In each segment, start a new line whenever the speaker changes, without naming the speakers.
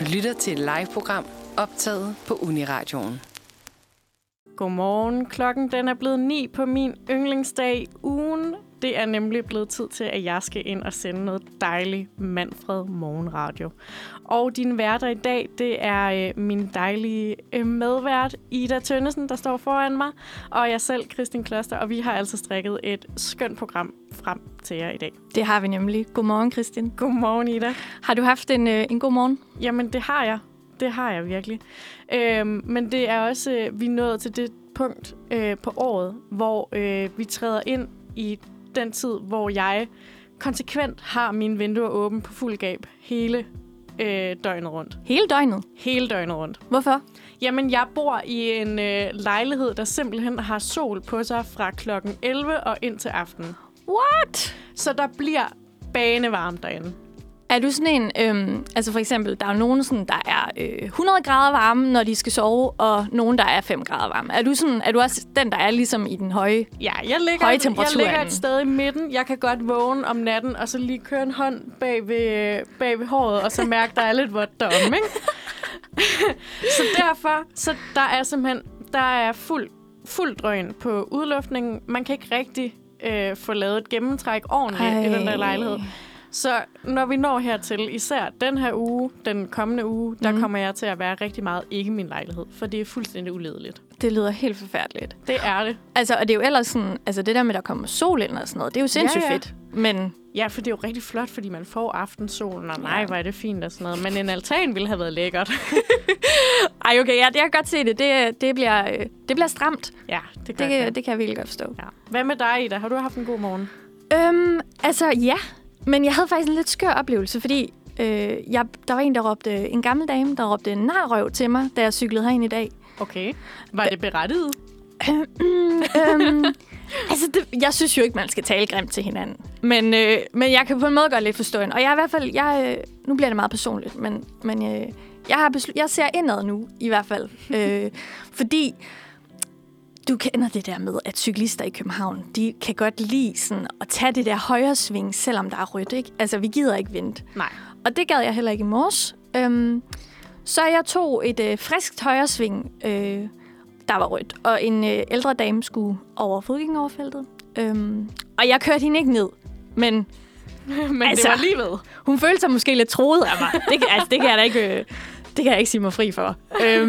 Du lytter til et live-program optaget på Uniradioen.
Godmorgen. Klokken den er blevet 9 på min yndlingsdag i ugen. Det er nemlig blevet tid til, at jeg skal ind og sende noget dejligt Manfred Morgenradio. Og din værter i dag, det er min dejlige medvært Ida Tønnesen, der står foran mig. Og jeg selv, Kristin Kloster, og vi har altså strikket et skønt program frem til jer i dag.
Det har vi nemlig. Godmorgen, Kristin.
Godmorgen, Ida.
Har du haft en god morgen?
Jamen, det har jeg. Det har jeg virkelig. Men det er også, vi er nået til det punkt på året, hvor vi træder ind i den tid, hvor jeg konsekvent har mine vinduer åbne på fuld gab hele døgnet rundt.
Hele døgnet?
Hele døgnet rundt.
Hvorfor?
Jamen, jeg bor i en lejlighed, der simpelthen har sol på sig fra klokken 11 og ind til aftenen.
What?
Så der bliver banevarmt derinde.
Er du sådan en, altså for eksempel, der er jo nogen, sådan, der er 100 grader varme, når de skal sove, og nogen, der er 5 grader varme. Er du også den, der er ligesom i den høje temperatur?
Jeg ligger et sted i midten. Jeg kan godt vågne om natten, og så lige køre en hånd bag ved håret, og så mærke, der er lidt vådt derom, ikke? Så derfor, der er simpelthen, der er fuld drøn på udluftningen. Man kan ikke rigtig få lavet et gennemtræk ordentligt i den der lejlighed. Så når vi når hertil, især den her uge, den kommende uge, der kommer jeg til at være rigtig meget ikke i min lejlighed, for det er fuldstændig uledeligt.
Det lyder helt forfærdeligt.
Det er det.
Altså, og det er jo ellers sådan, altså det der med, der kommer sol ind og sådan noget, det er jo sindssygt fedt. Men
ja, for det er jo rigtig flot, fordi man får aftensolen, og nej, hvor er det fint og sådan noget. Men en altan ville have været lækkert.
Ej, okay, ja, det kan jeg godt se det. Det bliver stramt.
Ja, det kan jeg.
Det kan jeg virkelig godt forstå.
Ja. Hvad med dig, Ida? Har du haft en god morgen?
Altså, ja. Men jeg havde faktisk en lidt skør oplevelse, fordi der var en gammel dame, der råbte narrøv til mig, da jeg cyklede herind i dag.
Okay. Var det berettiget?
Altså, jeg synes jo ikke, man skal tale grimt til hinanden. Men jeg kan på en måde godt lidt forstå hende. Og jeg er i hvert fald, nu bliver det meget personligt, men jeg ser indad nu, i hvert fald. Fordi du kender det der med, at cyklister i København, de kan godt lide sådan at tage det der højre sving, selvom der er rødt, ikke? Altså, vi gider ikke vente.
Nej.
Og det gad jeg heller ikke i morges. Så jeg tog et friskt højre sving, der var rødt, og en ældre dame skulle over fodgængeroverfeltet. Og jeg kørte hende ikke ned, men altså,
det var lige ved.
Hun følte sig måske lidt troet af mig. Det kan jeg da ikke... Det kan jeg ikke sige mig fri for.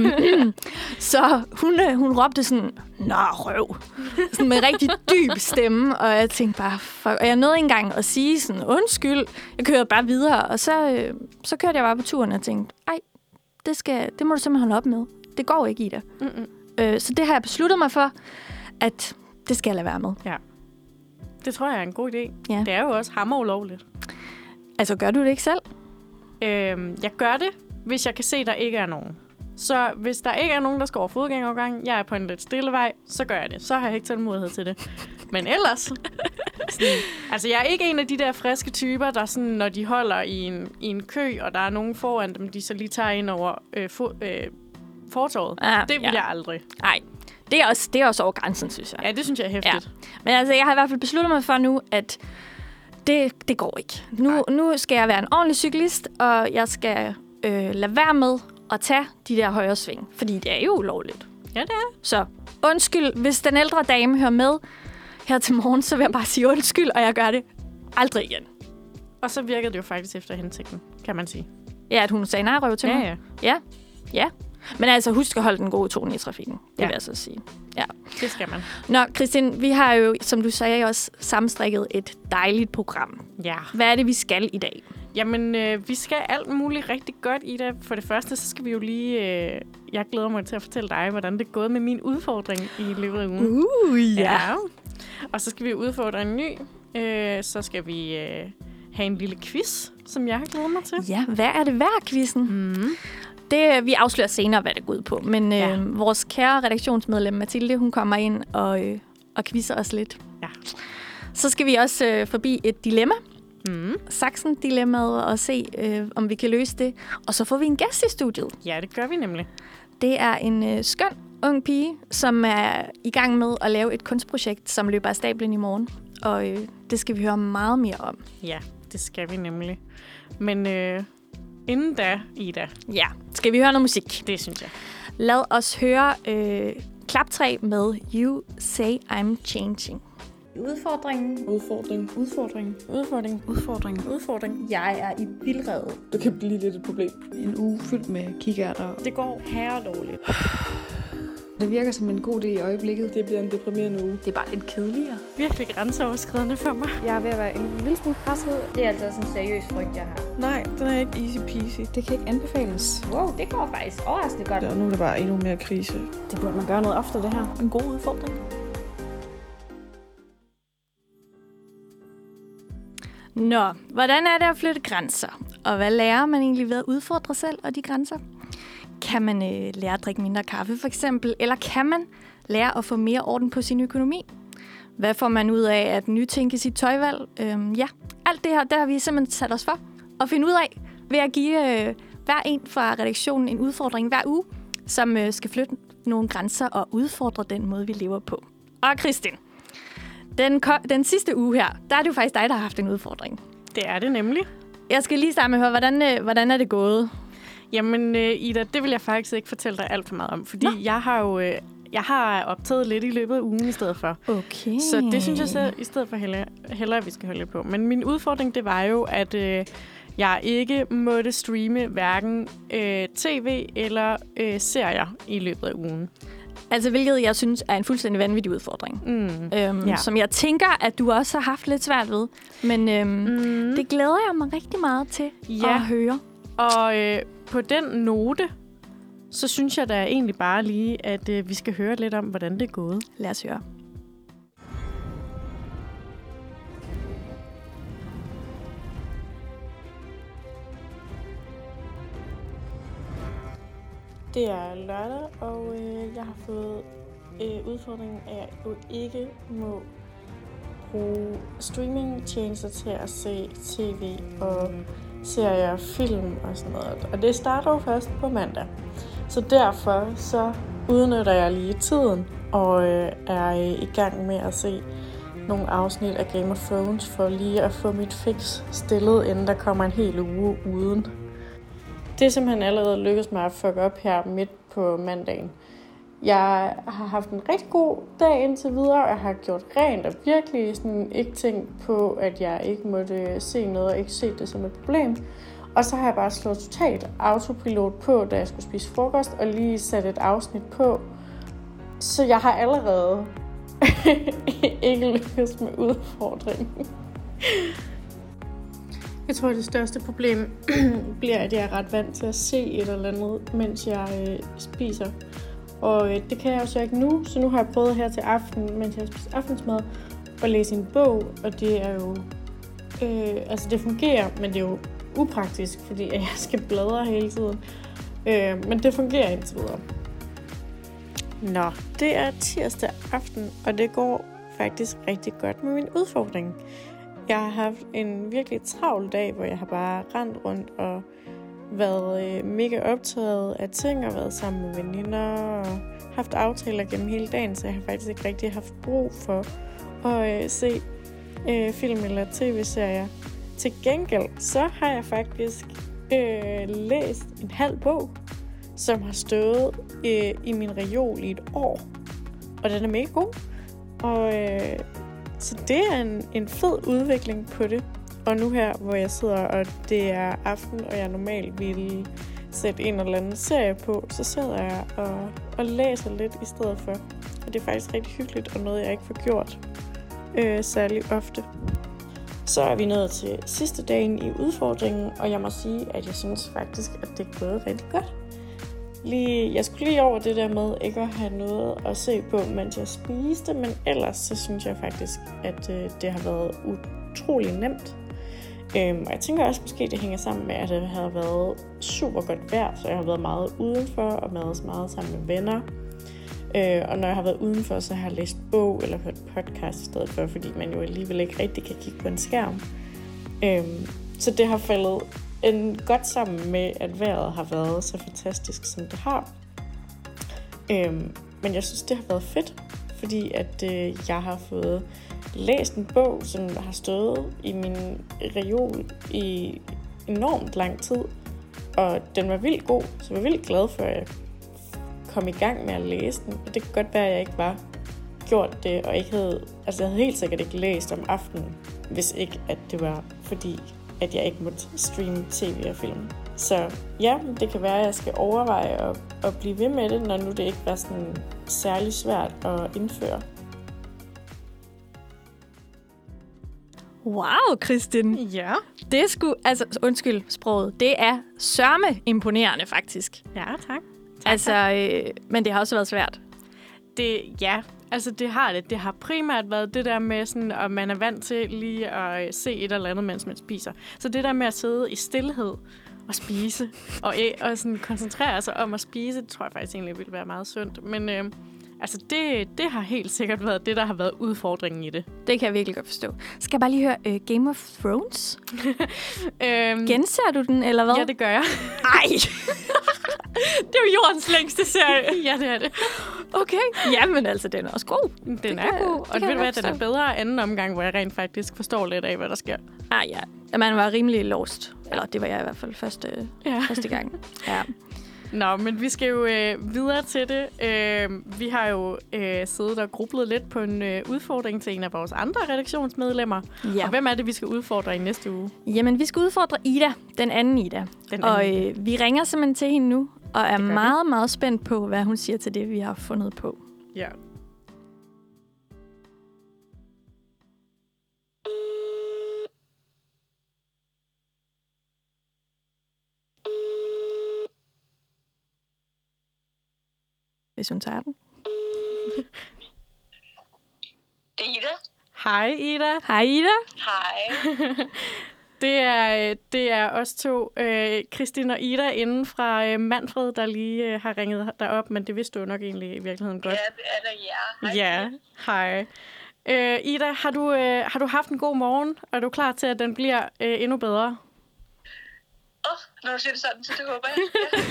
Så hun råbte sådan, nå, røv. Sådan med en rigtig dyb stemme. Og jeg tænkte bare, fuck. Og jeg nåede ikke engang at sige sådan, undskyld. Jeg kørte bare videre. Og så kørte jeg bare på turen og tænkte, ej, det må du simpelthen holde op med. Det går ikke i det. Så det har jeg besluttet mig for, at det skal jeg lade være med.
Ja. Det tror jeg er en god idé.
Ja.
Det er jo også hammerulovligt.
Altså, gør du det ikke selv?
Jeg gør det, hvis jeg kan se, der ikke er nogen. Så hvis der ikke er nogen, der skal over fodgængerovergangen, jeg er på en lidt stille vej, så gør jeg det. Så har jeg ikke tålmodighed til det. Men ellers... sådan, altså, jeg er ikke en af de der friske typer, der sådan, når de holder i en kø, og der er nogen foran dem, de så lige tager ind over fortovet. Det vil jeg aldrig.
Nej, det er også over grænsen, synes jeg.
Ja, det synes jeg er hæftigt. Ja.
Men altså, jeg har i hvert fald besluttet mig for nu, at det går ikke. Nu skal jeg være en ordentlig cyklist, og jeg skal lade være med at tage de der højre sving, fordi det er jo ulovligt.
Ja, det er.
Så undskyld, hvis den ældre dame hører med her til morgen, så vil jeg bare sige undskyld, og jeg gør det aldrig igen.
Og så virkede det jo faktisk efter hensigten, kan man sige.
Ja, at hun sagde narrøv til mig. Ja. Men altså, husk at holde den gode tone i trafikken. Det vil jeg så sige. Ja.
Det skal man.
Nå, Kristin, vi har jo, som du sagde, også sammenstrikket et dejligt program.
Ja.
Hvad er det, vi skal i dag?
Jamen, vi skal alt muligt rigtig godt i det. For det første, så skal vi jo lige... jeg glæder mig til at fortælle dig, hvordan det er gået med min udfordring i løbet af ugen. Ja. Og så skal vi udfordre en ny. Så skal vi have en lille quiz, som jeg har glædet mig til.
Ja, hvad er det værd, quizzen? Vi afslører senere, hvad det går ud på. Men vores kære redaktionsmedlem, Mathilde, hun kommer ind og quizzer os lidt.
Ja.
Så skal vi også forbi et dilemma. Saksen-dilemmaet og se, om vi kan løse det. Og så får vi en gæst i studiet.
Ja, det gør vi nemlig.
Det er en skøn ung pige, som er i gang med at lave et kunstprojekt, som løber af stablen i morgen. Og det skal vi høre meget mere om.
Ja, det skal vi nemlig. Men inden da, Ida.
Ja, skal vi høre noget musik?
Det synes jeg.
Lad os høre klaptræ med You Say I'm Changing.
Udfordring. Jeg er i vildrede.
Det kan blive lidt et problem.
En uge fyldt med kikærter.
Det går herredårligt.
Det virker som en god idé i øjeblikket.
Det bliver en deprimerende uge.
Det er bare lidt kedeligere.
Virkelig grænseoverskridende for mig.
Jeg er ved at være en lille smule presset. Det er altså sådan en seriøs frygt, jeg har.
Nej, den er ikke easy peasy.
Det kan ikke anbefales.
Wow, det går faktisk overraskende godt.
Der er nu der bare endnu mere krise.
Det burde man gøre noget ofte, det her.
En god udfordring. Nå, hvordan er det at flytte grænser? Og hvad lærer man egentlig ved at udfordre selv og de grænser? Kan man lære at drikke mindre kaffe for eksempel? Eller kan man lære at få mere orden på sin økonomi? Hvad får man ud af at nytænke sit tøjvalg? Ja, alt det her, der har vi simpelthen sat os for at finde ud af ved at give hver en fra redaktionen en udfordring hver uge, som skal flytte nogle grænser og udfordre den måde, vi lever på. Og Kristin, den sidste uge her, der er det jo faktisk dig, der har haft en udfordring.
Det er det nemlig.
Jeg skal lige starte med at høre, hvordan er det gået?
Jamen, Ida, det vil jeg faktisk ikke fortælle dig alt for meget om, fordi jeg har optaget lidt i løbet af ugen i stedet for.
Okay.
Så det synes jeg selv, i stedet for hellere at vi skal holde lidt på. Men min udfordring, det var jo, at jeg ikke måtte streame hverken tv eller serier i løbet af ugen.
Altså, hvilket jeg synes er en fuldstændig vanvittig udfordring.
Ja.
Som jeg tænker, at du også har haft lidt svært ved. Men det glæder jeg mig rigtig meget til at høre.
Og på den note, så synes jeg da egentlig bare lige, at vi skal høre lidt om, hvordan det er gået.
Lad os høre.
Det er lørdag, og jeg har fået udfordringen af, at jeg jo ikke må bruge streamingtjenester til at se tv og serier, film og sådan noget. Og det starter jo først på mandag. Så derfor så udnytter jeg lige tiden og er i gang med at se nogle afsnit af Game of Thrones for lige at få mit fix stillet, inden der kommer en hel uge uden. Det er simpelthen allerede lykkedes mig at fuck op her midt på mandagen. Jeg har haft en rigtig god dag indtil videre, og jeg har gjort rent og virkelig sådan ikke tænkt på, at jeg ikke måtte se noget og ikke se det som et problem. Og så har jeg bare slået totalt autopilot på, da jeg skulle spise frokost, og lige sat et afsnit på. Så jeg har allerede ikke lykkes med udfordringen. Jeg tror, at det største problem bliver, at jeg er ret vant til at se et eller andet, mens jeg spiser. Og det kan jeg jo så ikke nu, så nu har jeg prøvet her til aften, mens jeg spiser aftensmad, at læse en bog, og det er jo... altså det fungerer, men det er jo upraktisk, fordi jeg skal bladre hele tiden. Men det fungerer indtil videre. Nå, det er tirsdag aften, og det går faktisk rigtig godt med min udfordring. Jeg har haft en virkelig travl dag, hvor jeg har bare rendt rundt og været mega optaget af ting og været sammen med veninder og haft aftaler gennem hele dagen, så jeg har faktisk ikke rigtig haft brug for at se film eller tv-serier. Til gengæld så har jeg faktisk læst en halv bog, som har stået i min reol i et år, og den er mega god. Og så det er en fed udvikling på det. Og nu her, hvor jeg sidder, og det er aften, og jeg normalt ville sætte en eller anden serie på, så sidder jeg og læser lidt i stedet for. Og det er faktisk rigtig hyggeligt, og noget, jeg ikke får gjort særlig ofte. Så er vi nået til sidste dagen i udfordringen, og jeg må sige, at jeg synes faktisk, at det er gået rigtig godt. Jeg skulle lige over det der med ikke at have noget at se på, mens jeg spiste, men ellers så synes jeg faktisk, at det har været utrolig nemt. Og jeg tænker også, måske det hænger sammen med, at det har været super godt vejr, så jeg har været meget udenfor og været meget sammen med venner. Og når jeg har været udenfor, så har jeg læst bog eller hørt podcast i stedet for, fordi man jo alligevel ikke rigtig kan kigge på en skærm. Så det har faldet godt sammen med, at vejret har været så fantastisk, som det har. Men jeg synes, det har været fedt, fordi at jeg har fået læst en bog, som har stået i min reol i enormt lang tid. Og den var vildt god, så jeg var vildt glad for, at jeg kom i gang med at læse den. Og det kan godt være, at jeg ikke bare gjort det, og ikke havde... Altså, jeg havde helt sikkert ikke læst om aftenen, hvis ikke, at det var fordi, at jeg ikke måtte streame tv og film. Så ja, det kan være, at jeg skal overveje at blive ved med det, når nu det ikke var sådan særlig svært at indføre.
Wow, Kristin.
Ja.
Det er sgu... Altså, undskyld sproget. Det er sørme imponerende, faktisk.
Ja, tak.
Men det har også været svært.
Det har det. Det har primært været det der med, sådan, at man er vant til lige at se et eller andet, mens man spiser. Så det der med at sidde i stilhed og spise, og sådan koncentrere sig om at spise, det tror jeg faktisk egentlig ville være meget sundt. Men det har helt sikkert været det, der har været udfordringen i det.
Det kan jeg virkelig godt forstå. Skal jeg bare lige høre Game of Thrones? Genser du den, eller hvad?
Ja, det gør jeg.
Ej! Det er jo jordens længste serie.
Ja, det er det.
Okay. Jamen altså, den er også god.
Den er god. Og ved du hvad, den er bedre anden omgang, hvor jeg rent faktisk forstår lidt af, hvad der sker.
Ja. Man var rimelig lost. Eller det var jeg i hvert fald første gang. Ja.
Nå, men vi skal jo videre til det. Vi har jo siddet og grublet lidt på en udfordring til en af vores andre redaktionsmedlemmer. Ja. Og hvem er det, vi skal udfordre i næste uge?
Jamen, vi skal udfordre Ida, den anden Ida. Vi ringer simpelthen til hende nu, og er meget, meget spændt på, hvad hun siger til det, vi har fundet på.
Ja.
Hvis hun tager den.
Det er Ida.
Hej, Ida.
Hej, Ida.
Hej.
Det er os to, Kristin og Ida, inden fra Manfred, der lige har ringet dig op, men det vidste du nok egentlig i virkeligheden godt.
Ja, det er der, ja. Hej.
Ja, hej. Ida, har du haft en god morgen, og er du klar til, at den bliver endnu bedre?
Når du siger det sådan, så det håber jeg.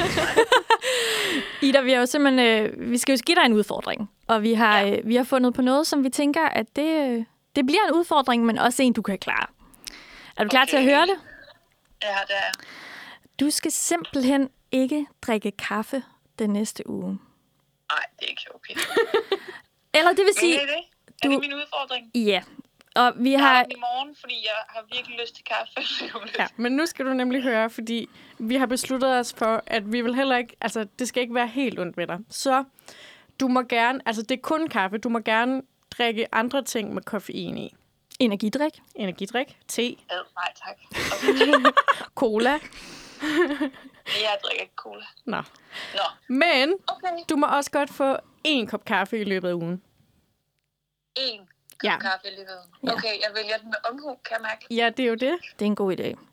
Ja.
Ida, vi har jo simpelthen, vi skal jo give dig en udfordring, og vi har fundet på noget, som vi tænker, at det bliver en udfordring, men også en, du kan klare. Er du klar til at høre det?
Ja, det er.
Du skal simpelthen ikke drikke kaffe den næste uge.
Nej, det er ikke okay.
Eller det vil sige...
Men er det min udfordring?
Ja. Og vi har...
Jeg har den i morgen, fordi jeg har virkelig lyst til kaffe.
Ja, men nu skal du nemlig høre, fordi vi har besluttet os for, at vi vil heller ikke... Altså, det skal ikke være helt ondt ved dig. Så du må gerne... Altså, det er kun kaffe. Du må gerne drikke andre ting med koffein i.
Energidrik.
Te.
Nej, tak. Okay.
Cola.
Jeg drikker ikke cola.
Nå. Men
okay.
Du må også godt få 1 kop kaffe i løbet af ugen.
1 kop kaffe i løbet af ugen. Okay, jeg vælger den med omhu, kan jeg mærke.
Ja, det er jo det.
Det er en god idé.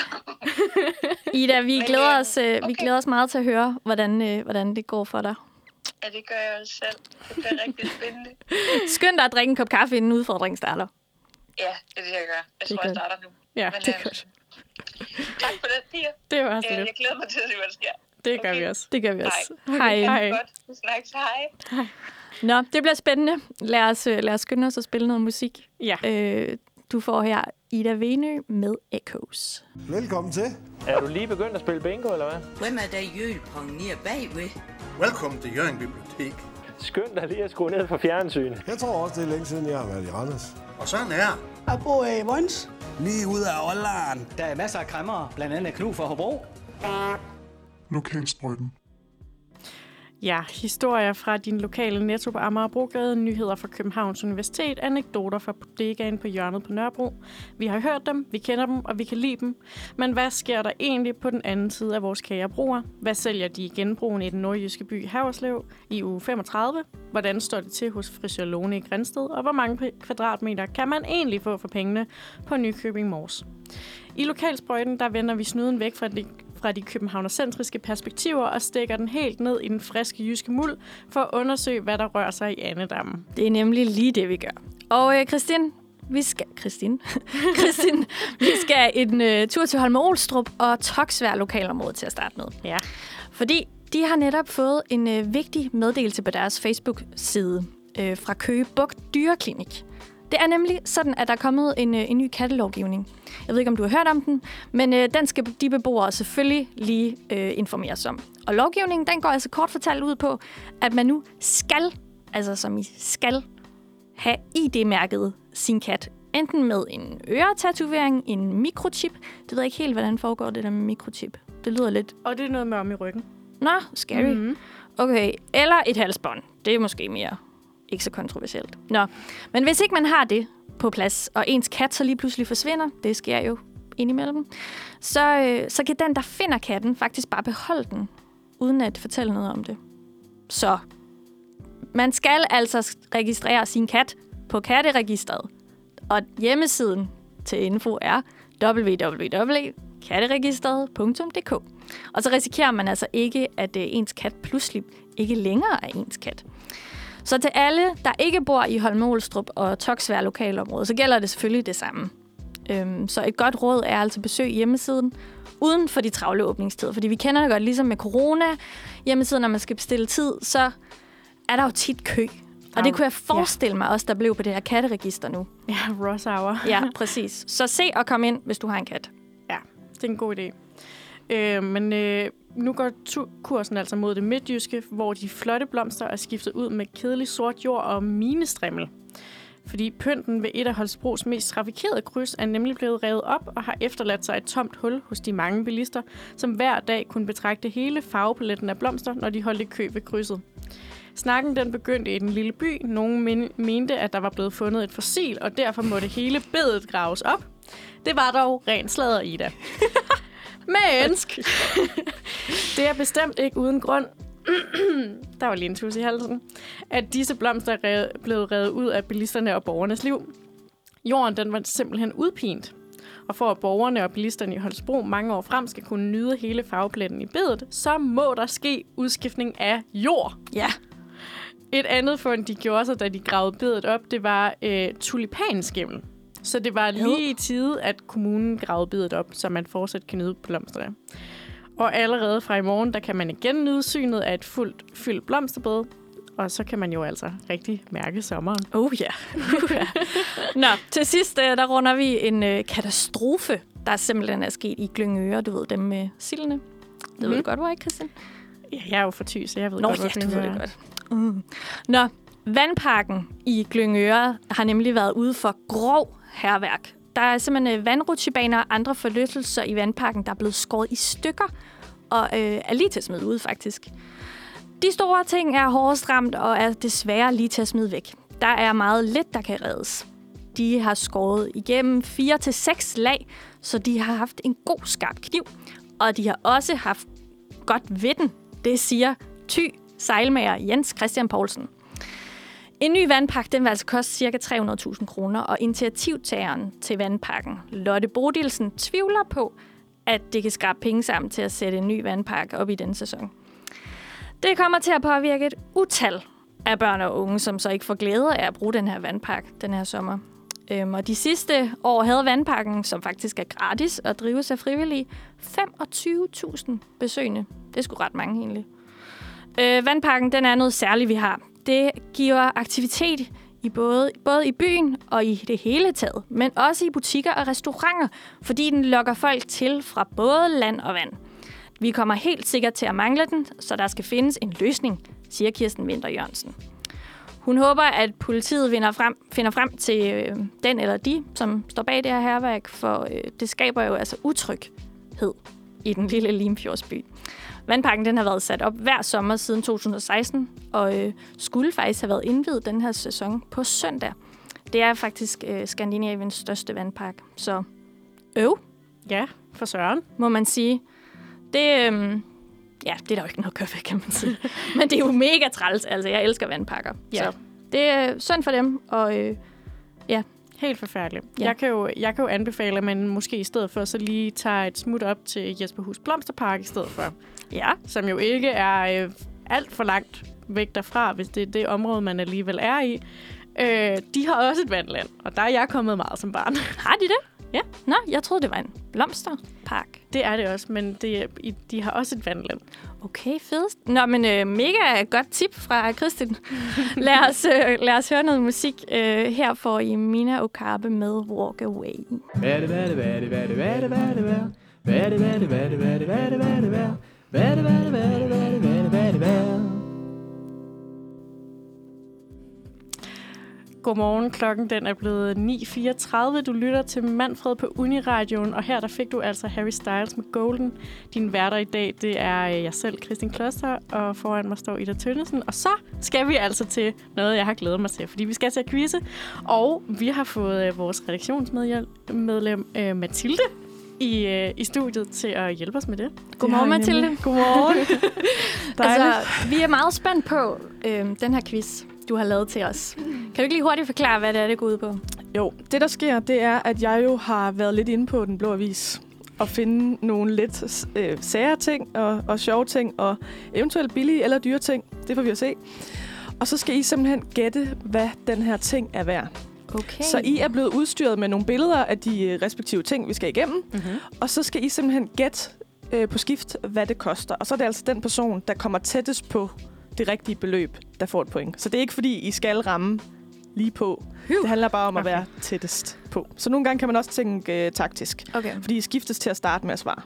Ida, vi glæder os meget til at høre, hvordan det går for dig.
Ja, det gør jeg også selv. Det bliver rigtig spændende.
Skynd dig at drikke en kop kaffe, inden udfordringen starter.
Ja, det er det, jeg gør. Jeg tror, jeg starter nu.
Ja,
men,
det er godt.
Tak for det, Pia.
Det var også lidt.
Jeg glæder mig til at se, hvad der sker.
Det gør vi også.
Det gør vi også.
Hej.
Godt. Vi snakkes. Hej.
Nå, det bliver spændende. Lad os skynde os at spille noget musik.
Ja.
Du får her Ida Venø med Echoes.
Velkommen til.
Er du lige begyndt at spille bingo, eller hvad?
Hvem er der jølpong nede bagved?
Velkommen til Hjørring Bibliotek.
Skynd dig lige at skrue ned for fjernsynet.
Jeg tror også, det er længe siden, jeg har været i Randers. Og sådan er
jeg bor i Vons.
Lige ud af Ålderen.
Der er masser af kræmmere, blandt andet Knud for Hobro.
Lokalsprøjten.
Ja, historier fra din lokale Netto på Amagerbrogade, nyheder fra Københavns Universitet, anekdoter fra bodegaen på hjørnet på Nørrebro. Vi har hørt dem, vi kender dem, og vi kan lide dem. Men hvad sker der egentlig på den anden side af vores kære broer? Hvad sælger de i genbrugen i den nordjyske by Haverslev i uge 35? Hvordan står det til hos Frisør Lone i Grindsted? Og hvor mange kvadratmeter kan man egentlig få for pengene på Nykøbing Mors? I Lokalsprøjten, der vender vi snuden væk fra de københavnercentriske perspektiver og stikker den helt ned i den friske jyske muld for at undersøge, hvad der rører sig i andedammen.
Det er nemlig lige det, vi gør. Og Kristin, vi skal en tur til Holme-Olstrup og Toksvær lokalområde til at starte med.
Ja.
Fordi de har netop fået en vigtig meddelelse på deres Facebook-side fra Køge Bugt Dyreklinik. Det er nemlig sådan, at der er kommet en ny kattelovgivning. Jeg ved ikke, om du har hørt om den, men den skal de beboere selvfølgelig lige informeres om. Og lovgivningen, den går altså kort fortalt ud på, at man nu skal, altså som I skal, have ID-mærket sin kat. Enten med en øretatovering, en mikrochip. Det ved jeg ikke helt, hvordan foregår det der med mikrochip. Det lyder lidt...
Og det er noget med om i ryggen.
Nå, scary. Mm-hmm. Okay, eller et halsbånd. Det er måske mere ikke så kontroversielt. Nå, men hvis ikke man har det på plads, og ens kat så lige pludselig forsvinder, det sker jo indimellem, så kan den, der finder katten, faktisk bare beholde den, uden at fortælle noget om det. Så man skal altså registrere sin kat på katteregisteret. Og hjemmesiden til info er www.katteregisteret.dk. Og så risikerer man altså ikke, at ens kat pludselig ikke længere er ens kat. Så til alle, der ikke bor i Holme-Olstrup og Toksvær lokalområde, så gælder det selvfølgelig det samme. Så et godt råd er altså besøg hjemmesiden uden for de travle åbningstider. Fordi vi kender det godt, ligesom med corona hjemmesiden, når man skal bestille tid, så er der jo tit kø. Og det kunne jeg forestille mig også, der blev på det her katteregister nu.
Ja, rush hour.
Ja, præcis. Så se og kom ind, hvis du har en kat.
Ja, det er en god idé. Men nu går kursen altså mod det midtjyske, hvor de flotte blomster er skiftet ud med kedelig sort jord og minestrimmel. Fordi pynten ved et af Holstebros mest trafikerede kryds er nemlig blevet revet op og har efterladt sig et tomt hul hos de mange bilister, som hver dag kunne betragte hele farvepaletten af blomster, når de holdt i kø ved krydset. Snakken den begyndte i den lille by. Nogen mente, at der var blevet fundet et fossil, og derfor måtte hele bedet graves op. Det var dog rent sladder, Ida. Men det er bestemt ikke uden grund, der var lige en tus i halsen, at disse blomster er blevet revet ud af bilisterne og borgernes liv. Jorden den var simpelthen udpint. Og for at borgerne og bilisterne i Holstebro mange år frem skal kunne nyde hele farvepletten i bedet, så må der ske udskiftning af jord.
Ja.
Et andet fund, de gjorde sig, da de gravede bedet op, det var tulipanskimmel. Så det var lige i tide, at kommunen gravede bedet op, så man fortsat kan nyde blomsterne. Og allerede fra i morgen, der kan man igen nyde synet af et fyldt blomsterbed. Og så kan man jo altså rigtig mærke sommeren.
Ja. Nå, til sidst, der runder vi en katastrofe, der simpelthen er sket i Glyngøre. Du ved, dem med sildene. Det ved du godt, hvor ikke, Christian?
Ja, jeg er jo for Thy, så jeg ved godt, hvor
du ved det godt. Nå, vandparken i Glyngøre har nemlig været ude for grov hærværk. Der er simpelthen vandrutsjebaner og andre forlystelser i vandparken, der er blevet skåret i stykker og er lige til at smide ud, faktisk. De store ting er hårdest ramt og er desværre lige til at smide væk. Der er meget lidt, der kan reddes. De har skåret igennem 4-6 lag, så de har haft en god skarp kniv. Og de har også haft godt ved den. Det siger Thy sejlmager Jens Christian Poulsen. En ny vandpark, den vil altså koste ca. 300.000 kroner, og initiativtageren til vandparken, Lotte Bodilsen, tvivler på, at det kan skrabe penge sammen til at sætte en ny vandpark op i denne sæson. Det kommer til at påvirke et utal af børn og unge, som så ikke får glæde af at bruge den her vandpark den her sommer. Og de sidste år havde vandparken, som faktisk er gratis og drives af frivillige, 25.000 besøgende. Det er sgu ret mange egentlig. Vandparken, den er noget særligt, vi har. Det giver aktivitet i både i byen og i det hele taget, men også i butikker og restauranter, fordi den lokker folk til fra både land og vand. Vi kommer helt sikkert til at mangle den, så der skal findes en løsning, siger Kirsten Winther Jørgensen. Hun håber, at politiet finder frem til den eller de, som står bag det her hærværk, for det skaber jo altså utryghed i den lille Limfjordsby. Vandparken den har været sat op hver sommer siden 2016, og skulle faktisk have været indviet den her sæson på søndag. Det er faktisk Skandinaviens største vandpark, så
Ja, for søren.
Må man sige. Det, ja, det er der jo ikke noget at gøre ved, kan man sige. Men det er jo mega træls, altså jeg elsker vandparker. Ja. Så det er synd for dem, og ja.
Helt forfærdeligt.
Ja.
Jeg kan jo anbefale, at man måske i stedet for så lige tager et smut op til Jesperhus Blomsterpark i stedet for.
Ja.
Som jo ikke er alt for langt væk derfra, hvis det er det område, man alligevel er i. De har også et vandland, og der er jeg kommet meget som barn.
Har de det? Ja, nå, jeg troede, det var en blomsterpark.
Det er det også, men de har også et vandland.
Okay, fedest. Nå, men mega godt tip fra Kristin. Lad os høre noget musik. Her får I Mina Okabe med Walk Away.
Godmorgen, klokken den er blevet 9.34. Du lytter til Manfred på Uniradioen, og her der fik du altså Harry Styles med Golden. Din værter i dag, det er jeg selv, Kristin Kloster, og foran mig står Ida Tønnesen. Og så skal vi altså til noget, jeg har glædet mig til, fordi vi skal til at quizze. Og vi har fået vores redaktionsmedlem Mathilde i studiet til at hjælpe os med det.
Godmorgen, Mathilde.
Godmorgen.
Altså, vi er meget spændt på den her quiz, du har lavet til os. Kan du ikke lige hurtigt forklare, hvad det går ud på?
Jo, det der sker, det er, at jeg jo har været lidt inde på Den Blå Avis og finde nogle lidt sære ting og sjove ting og eventuelt billige eller dyre ting. Det får vi at se. Og så skal I simpelthen gætte, hvad den her ting er værd.
Okay.
Så I er blevet udstyret med nogle billeder af de respektive ting, vi skal igennem. Mm-hmm. Og så skal I simpelthen gætte på skift, hvad det koster. Og så er det altså den person, der kommer tættest på det rigtige beløb, der får et point. Så det er ikke, fordi I skal ramme lige på. Det handler bare om at være tættest på. Så nogle gange kan man også tænke taktisk.
Okay.
Fordi I skiftes til at starte med at svare.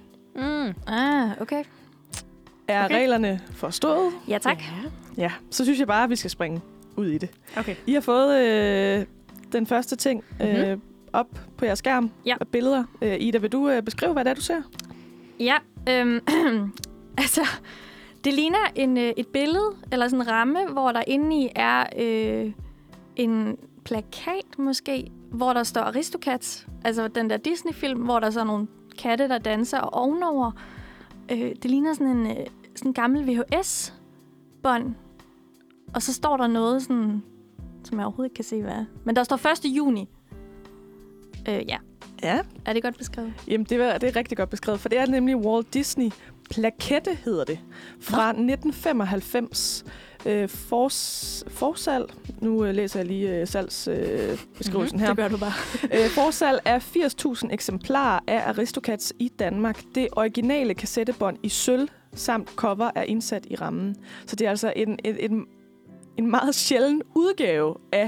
Okay.
Er reglerne forstået?
Ja, tak.
Ja, så synes jeg bare, at vi skal springe ud i det.
Okay.
I har fået den første ting op på jeres skærm.
Ja.
Billeder. Ida, vil du beskrive, hvad det er, du ser?
Ja, altså... Det ligner et billede, eller sådan en ramme, hvor der indeni er en plakat måske, hvor der står Aristocats. Altså den der Disney-film, hvor der er sådan nogle katte, der danser, og ovenover. Det ligner sådan en gammel VHS-bånd. Og så står der noget, sådan, som jeg overhovedet ikke kan se, hvad er. Men der står 1. juni. Ja. Er det godt beskrevet? Jamen, det er rigtig godt beskrevet, for det er nemlig Walt Disney Plakette, hedder det, fra 1995. Forsalg. Nu læser jeg lige salgsbeskrivelsen her. Det gør du bare.
Forsalg af 80.000 eksemplarer af Aristocats i Danmark. Det originale kassettebånd i sølv samt cover er indsat i rammen. Så det er altså en meget sjælden udgave af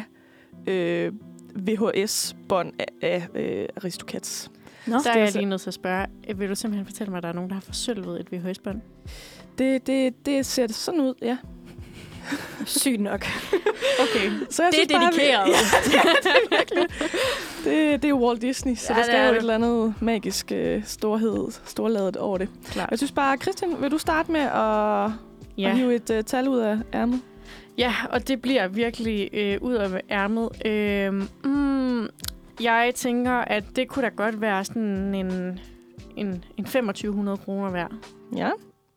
VHS-bånd af Aristocats.
Nå, der er jeg lige nødt til at spørge. Vil du simpelthen fortælle mig, at der er nogen, der har forsølvet et VHS-bånd?
Det ser sådan ud, ja.
Sygt nok.
Okay. Så jeg
det er dedikeret.
Det er virkelig. Det er Walt Disney, så der skal jo et eller andet magisk storladet over det. Klar. Jeg synes bare, Christian, vil du starte med at hive et tal ud af ærmet?
Ja, og det bliver virkelig ud af ærmet. Jeg tænker, at det kunne da godt være sådan en 2.500 kroner værd.
Ja.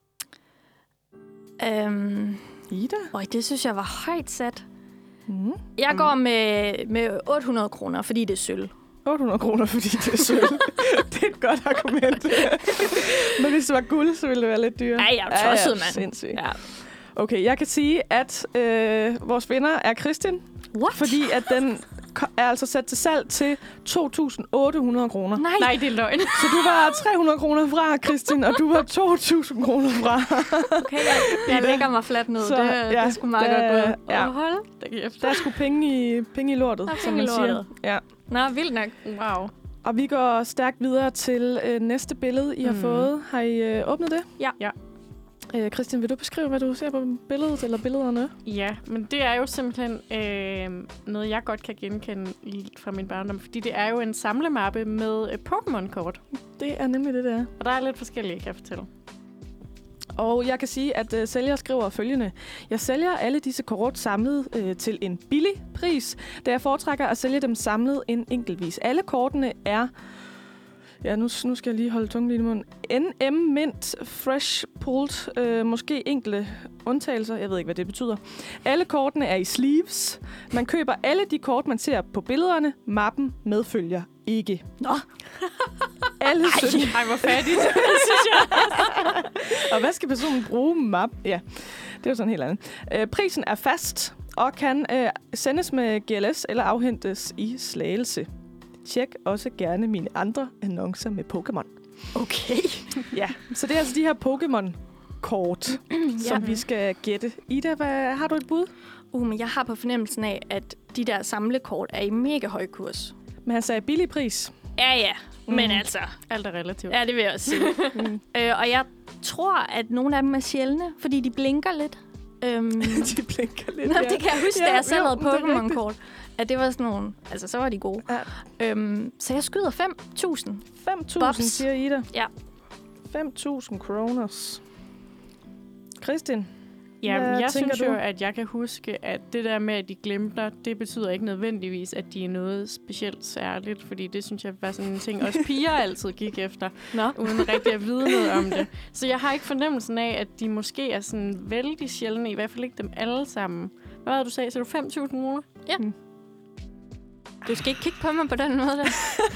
Ida?
Det synes jeg var højt sat. Jeg går med 800 kroner, fordi det er sølv.
800 kroner, fordi det er sølv. Det er et godt argument. Men hvis det var guld, så ville det være lidt dyrere.
Ja, jeg er tosset, mand.
Sindssygt.
Ja.
Okay, jeg kan sige, at vores vinder er Kristin.
What?
Fordi at den er altså sat til salg til 2.800 kroner.
Nej, det er løgn.
Så du var 300 kroner fra, Kristin, og du var 2.000 kroner fra.
Okay, jeg lægger mig fladt ned. Det skulle meget godt gå.
Ja. Der er sgu penge i lortet, som man siger. Ja.
Nå, vildt nok.
Wow.
Og vi går stærkt videre til næste billede, I har fået. Har I åbnet det?
Ja.
Christian, vil du beskrive, hvad du ser på billedet eller billederne?
Ja, men det er jo simpelthen noget, jeg godt kan genkende fra min barndom, fordi det er jo en samlemappe med Pokémon-kort.
Det er nemlig det, der.
Og der er lidt forskellige, kan jeg fortælle.
Og jeg kan sige, at sælger skriver følgende. Jeg sælger alle disse kort samlet til en billig pris, da jeg foretrækker at sælge dem samlet en enkeltvis. Alle kortene er... Ja, nu skal jeg lige holde tungen lige i munden. NM Mint Fresh Pulled. Måske enkelte undtagelser. Jeg ved ikke, hvad det betyder. Alle kortene er i sleeves. Man køber alle de kort, man ser på billederne. Mappen medfølger ikke.
Nå.
Alle
Ej, hvor fattigt, synes jeg.
Og hvad skal personen bruge map? Ja, det er jo sådan helt andet. Prisen er fast og kan sendes med GLS eller afhentes i Slagelse. Tjek også gerne mine andre annoncer med Pokémon.
Okay.
Ja, så det er altså de her Pokémon-kort, som vi skal gætte. Ida, har du et bud?
Men jeg har på fornemmelsen af, at de der samlekort er i mega høj kurs.
Men han sagde billig pris.
Ja. Men altså...
Alt er relativt.
Ja, det vil jeg også sige. Og jeg tror, at nogle af dem er sjældne, fordi de blinker lidt.
De blinker lidt,
ja. Det kan jeg huske, da jeg selv havde Pokémon-kort. At det var sådan nogle... Altså, så var de gode. Ja. Så jeg skyder 5.000.
5.000, siger Ida.
Ja.
5.000 kroners. Kristin?
Ja, jeg synes jo, at jeg kan huske, at det der med, at de glemte, det betyder ikke nødvendigvis, at de er noget specielt særligt, fordi det synes jeg var sådan en ting, også piger altid gik efter, uden rigtig at vide noget om det. Så jeg har ikke fornemmelsen af, at de måske er sådan vældig sjældne, i hvert fald ikke dem alle sammen. Hvad var det, du sagde? Så du 5.000 kroner?
Ja. Du skal ikke kigge på mig på den måde der.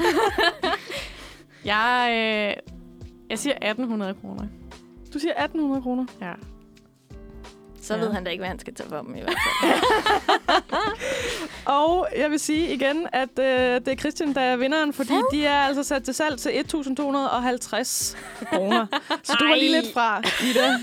Jeg siger 1.800 kroner.
Du siger 1.800 kroner?
Ja.
Så ved han da ikke, hvad han skal tage for dem i hvert fald.
Og jeg vil sige igen, at det er Christian, der er vinderen, fordi de er altså sat til salg til 1.250 kroner. Så du var lige lidt fra, Ida.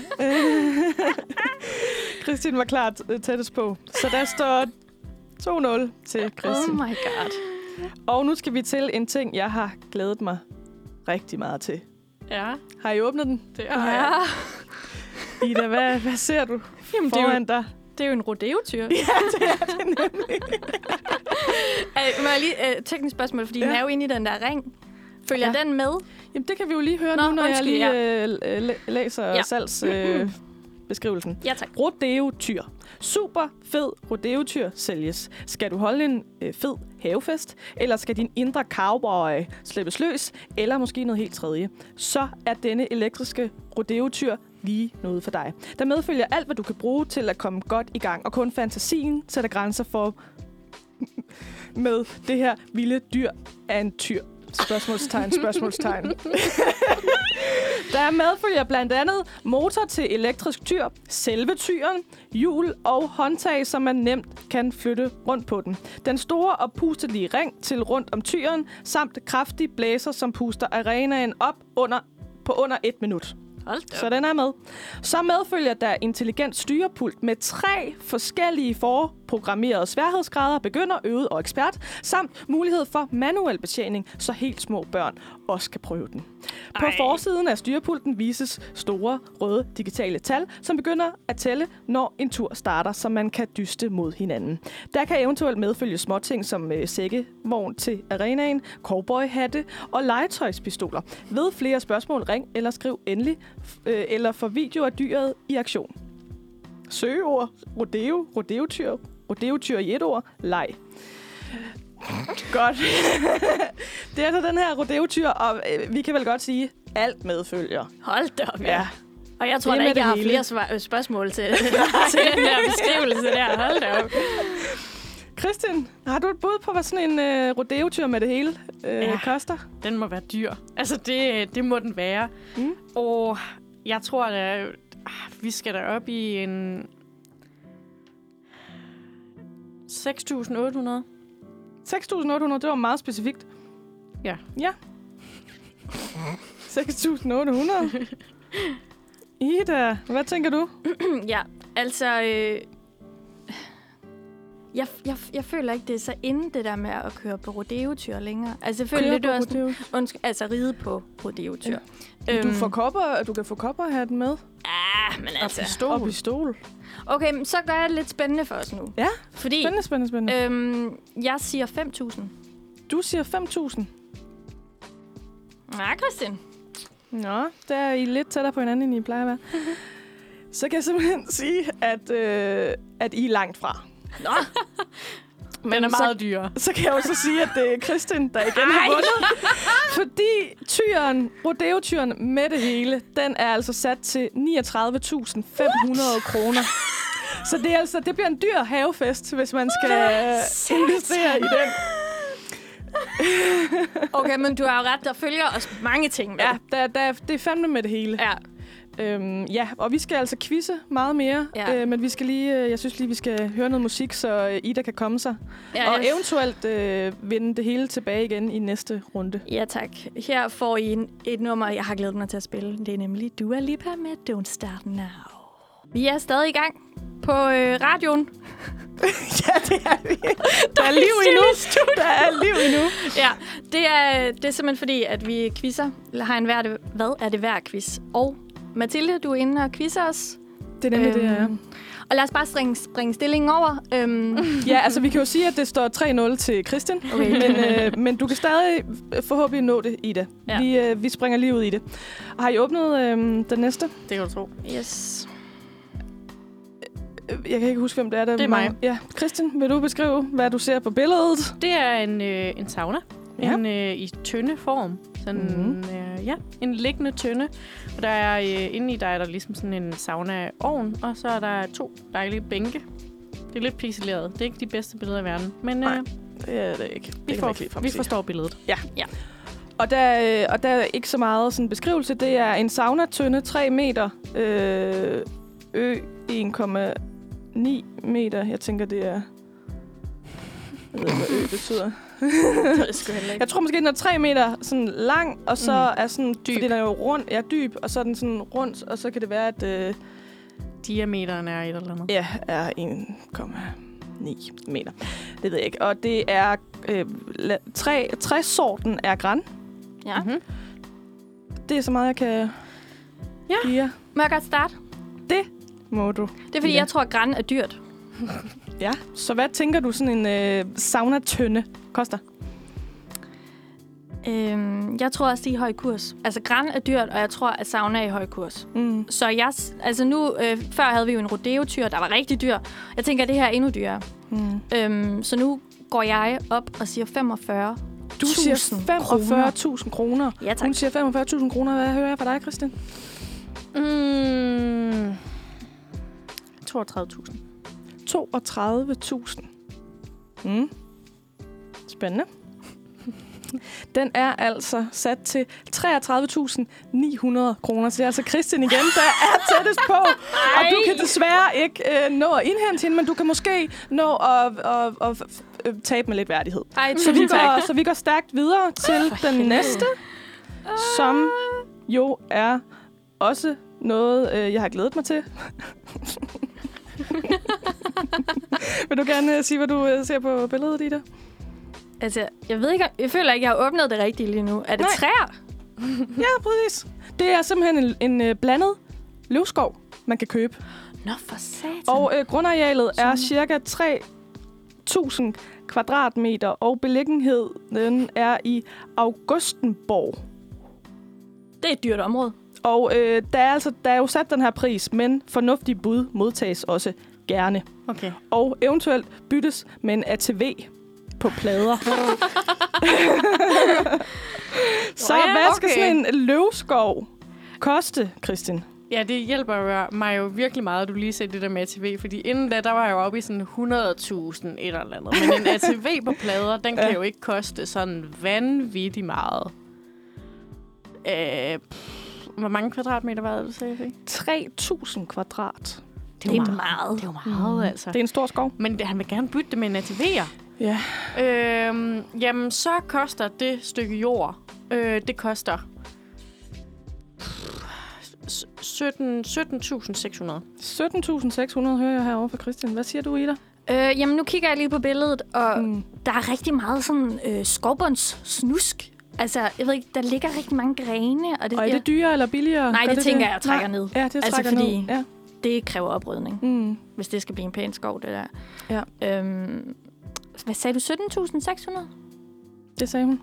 Christian var klart tættest på. Så der står 2-0 til Christian.
Oh my god.
Og nu skal vi til en ting, jeg har glædet mig rigtig meget til.
Ja.
Har I åbnet den?
Det har jeg.
Ida, hvad ser du foran dig?
Det er jo en rodeo-tyr.
Ja, det er det nemlig.
Må jeg lige teknisk spørgsmål, fordi den er jo inde i den der ring. Følger den med?
Jamen, det kan vi jo lige høre nu, når jeg lige læser salgsbeskrivelsen.
Ja, tak.
Rodeo-tyr. Super fed rodeo-tyr sælges. Skal du holde en fed havefest, eller skal din indre cowboy slippes løs, eller måske noget helt tredje, så er denne elektriske rodeo-tyr lige noget for dig. Der medfølger alt, hvad du kan bruge til at komme godt i gang, og kun fantasien sætter grænser for med det her vilde dyr af en tyr. Spørgsmålstegn. Der medfølger blandt andet motor til elektrisk tyr, selve tyren, hjul og håndtag, som man nemt kan flytte rundt på den. Den store og pustelige ring til rundt om tyren, samt kraftig blæser, som puster arenaen op på under 1 minut. Så den er med. Så medfølger der intelligent styrepult med 3 forskellige forprogrammerede sværhedsgrader, begynder, øvet og ekspert, samt mulighed for manuel betjening, så helt små børn også kan prøve den. På forsiden af styrepulten vises store røde digitale tal, som begynder at tælle, når en tur starter, så man kan dyste mod hinanden. Der kan eventuelt medfølge småting som sækkevogn til arenaen, cowboyhatte og legetøjspistoler. Ved flere spørgsmål, ring eller skriv endelig, eller få video af dyret i aktion. Søgeord, rodeo, rodeo-tyr i et ord, leg. Godt. Det er altså den her rodeo-tyr, og vi kan vel godt sige, alt medfølger.
Hold da op,
ja.
Og jeg tror da ikke, jeg har flere spørgsmål til den der beskrivelse der. Hold da op.
Christian, har du et bud på, hvad sådan en rodeo-tyr med det hele koster?
Den må være dyr. Altså, det må den være. Og jeg tror, at vi skal da op i en 6.800.
6.800, det var meget specifikt.
Ja.
6.800. Ida, hvad tænker du?
Ja, altså... Jeg føler ikke, det er så inde det der med at køre på rodeo-tyr længere. Altså, jeg føler lidt også ride på rodeo-tyr.
Ja. Du kan få kopperhatten med.
Men altså...
Og pistol.
Okay, så gør jeg det lidt spændende for os nu.
Ja,
fordi,
spændende.
Jeg siger 5.000.
Du siger 5.000?
Ja, Christian.
Nå, der er I lidt tættere på hinanden, end I plejer at være. Så kan jeg simpelthen sige, at I er langt fra.
Nå.
Men er meget dyre.
Så kan jeg også sige, at det er Kristin, der igen har vundet. Fordi rodeo-tyren med det hele, den er altså sat til 39.500 kroner. Så det bliver en dyr havefest, hvis man skal investere i den.
Okay, men du har jo ret, der følger os mange ting med.
Ja, det er fandme med det hele.
Ja.
Og vi skal altså quizze meget mere, men vi skal lige, jeg synes lige, vi skal høre noget musik, så Ida kan komme sig. Og eventuelt vinde det hele tilbage igen i næste runde.
Ja, tak. Her får I et nummer, jeg har glædet mig til at spille. Det er nemlig Dua Lipa med Don't Start Now. Vi er stadig i gang på radioen.
Ja, det er vi. Der er liv endnu. Der er liv endnu.
Ja, det er simpelthen fordi, at vi quizzer. Har en hvad er det værd quiz. Og Mathilde, du er inde og quizzer os.
Det er nemlig det, ja.
Og lad os bare springe stillingen over.
Ja, altså vi kan jo sige, at det står 3-0 til Christian. Okay. Men du kan stadig forhåbentlig nå det, Ida. Ja. Vi springer lige ud i det. Og har I åbnet den næste?
Det kan du tro.
Yes.
Jeg kan ikke huske, hvem det er.
Det er mig.
Ja. Christian, vil du beskrive, hvad du ser på billedet?
Det er en sauna. Ja. I tynde form. Sådan, en liggende tynde. Og der er inde i der er der ligesom sådan en sauna-ovn, og så er der 2 dejlige bænke. Det er lidt pixeleret. Det er ikke de bedste billeder i verden. Men
nej, det er det ikke.
Vi forstår billedet.
Ja. Og der er ikke så meget sådan beskrivelse. Det er en sauna-tynde, 3 meter, 1,9 meter. Jeg tænker, det er... Jeg ved ikke, hvad betyder. Jeg tror måske, den er 3 meter sådan lang, og så er sådan dyb. Fordi den er jo rund, dyb, og så er den sådan rundt, og så kan det være, at...
diameteren er et eller andet.
Ja, er 1,9 meter. Det ved jeg ikke. Og det er... træsorten er gran.
Ja.
Mm-hmm. Det er så meget, jeg kan give jer.
Må jeg godt starte?
Det må du.
Det er fordi, jeg tror, at gran er dyrt.
Ja, så hvad tænker du sådan en sauna-tønde koster?
Jeg tror også, de er i høj kurs. Altså, gran er dyrt, og jeg tror, at sauna er i høj kurs. Så nu, før havde vi jo en rodeo-tyr, der var rigtig dyr. Jeg tænker, at det her er endnu dyrere. Så nu går jeg op og siger 45.
Du siger 45.000 kroner.
Ja, tak.
Hun siger 45.000 kroner. Hvad hører jeg fra dig, Christian?
32.000.
32.000. Spændende. Den er altså sat til 33.900 kroner. Så det er altså Christian igen, der er tættest på. Og du kan desværre ikke nå at indhente hende, men du kan måske nå at tabe med lidt værdighed. Så vi går stærkt videre til den næste, som jo er også noget, jeg har glædet mig til. Vil du gerne sige, hvad du ser på billedet, Ida?
Altså, jeg føler ikke, jeg har åbnet det rigtigt lige nu. Er det træer?
Ja, præcis. Det er simpelthen en blandet løvskov, man kan købe.
Nå, for satan.
Og grundarealet er cirka 3.000 kvadratmeter, og beliggenheden er i Augustenborg.
Det er et dyrt område.
Og der er jo sat den her pris, men fornuftige bud modtages også gerne.
Okay.
Og eventuelt byttes med en ATV på plader. Så hvad skal sådan en løvskov koste, Christian?
Ja, det hjælper mig jo virkelig meget, at du lige sagde det der med ATV, fordi inden da, der var jeg jo oppe i sådan 100.000 et eller andet. Men en ATV på plader, den kan jo ikke koste sådan vanvittigt meget. Hvor mange kvadratmeter var det, du sagde?
3.000 kvadrat.
Det er meget.
Det er jo meget, altså.
Det er en stor skov.
Men han vil gerne bytte det med en ATV'er.
Ja.
Jamen, så koster det stykke jord. Det koster 17.600.
17.600 hører jeg herovre fra Christian. Hvad siger du, Ida?
Jamen, nu kigger jeg lige på billedet, og der er rigtig meget sådan skovbundssnusk. Altså, jeg ved ikke, der ligger rigtig mange grene. Og
er det dyrere eller billigere?
Nej, det tænker jeg trækker ned.
Ja, det trækker ned. Ja.
Det kræver oprydning, hvis det skal blive en pæn skov, det der.
Ja.
Hvad sagde du? 17.600?
Det sagde hun.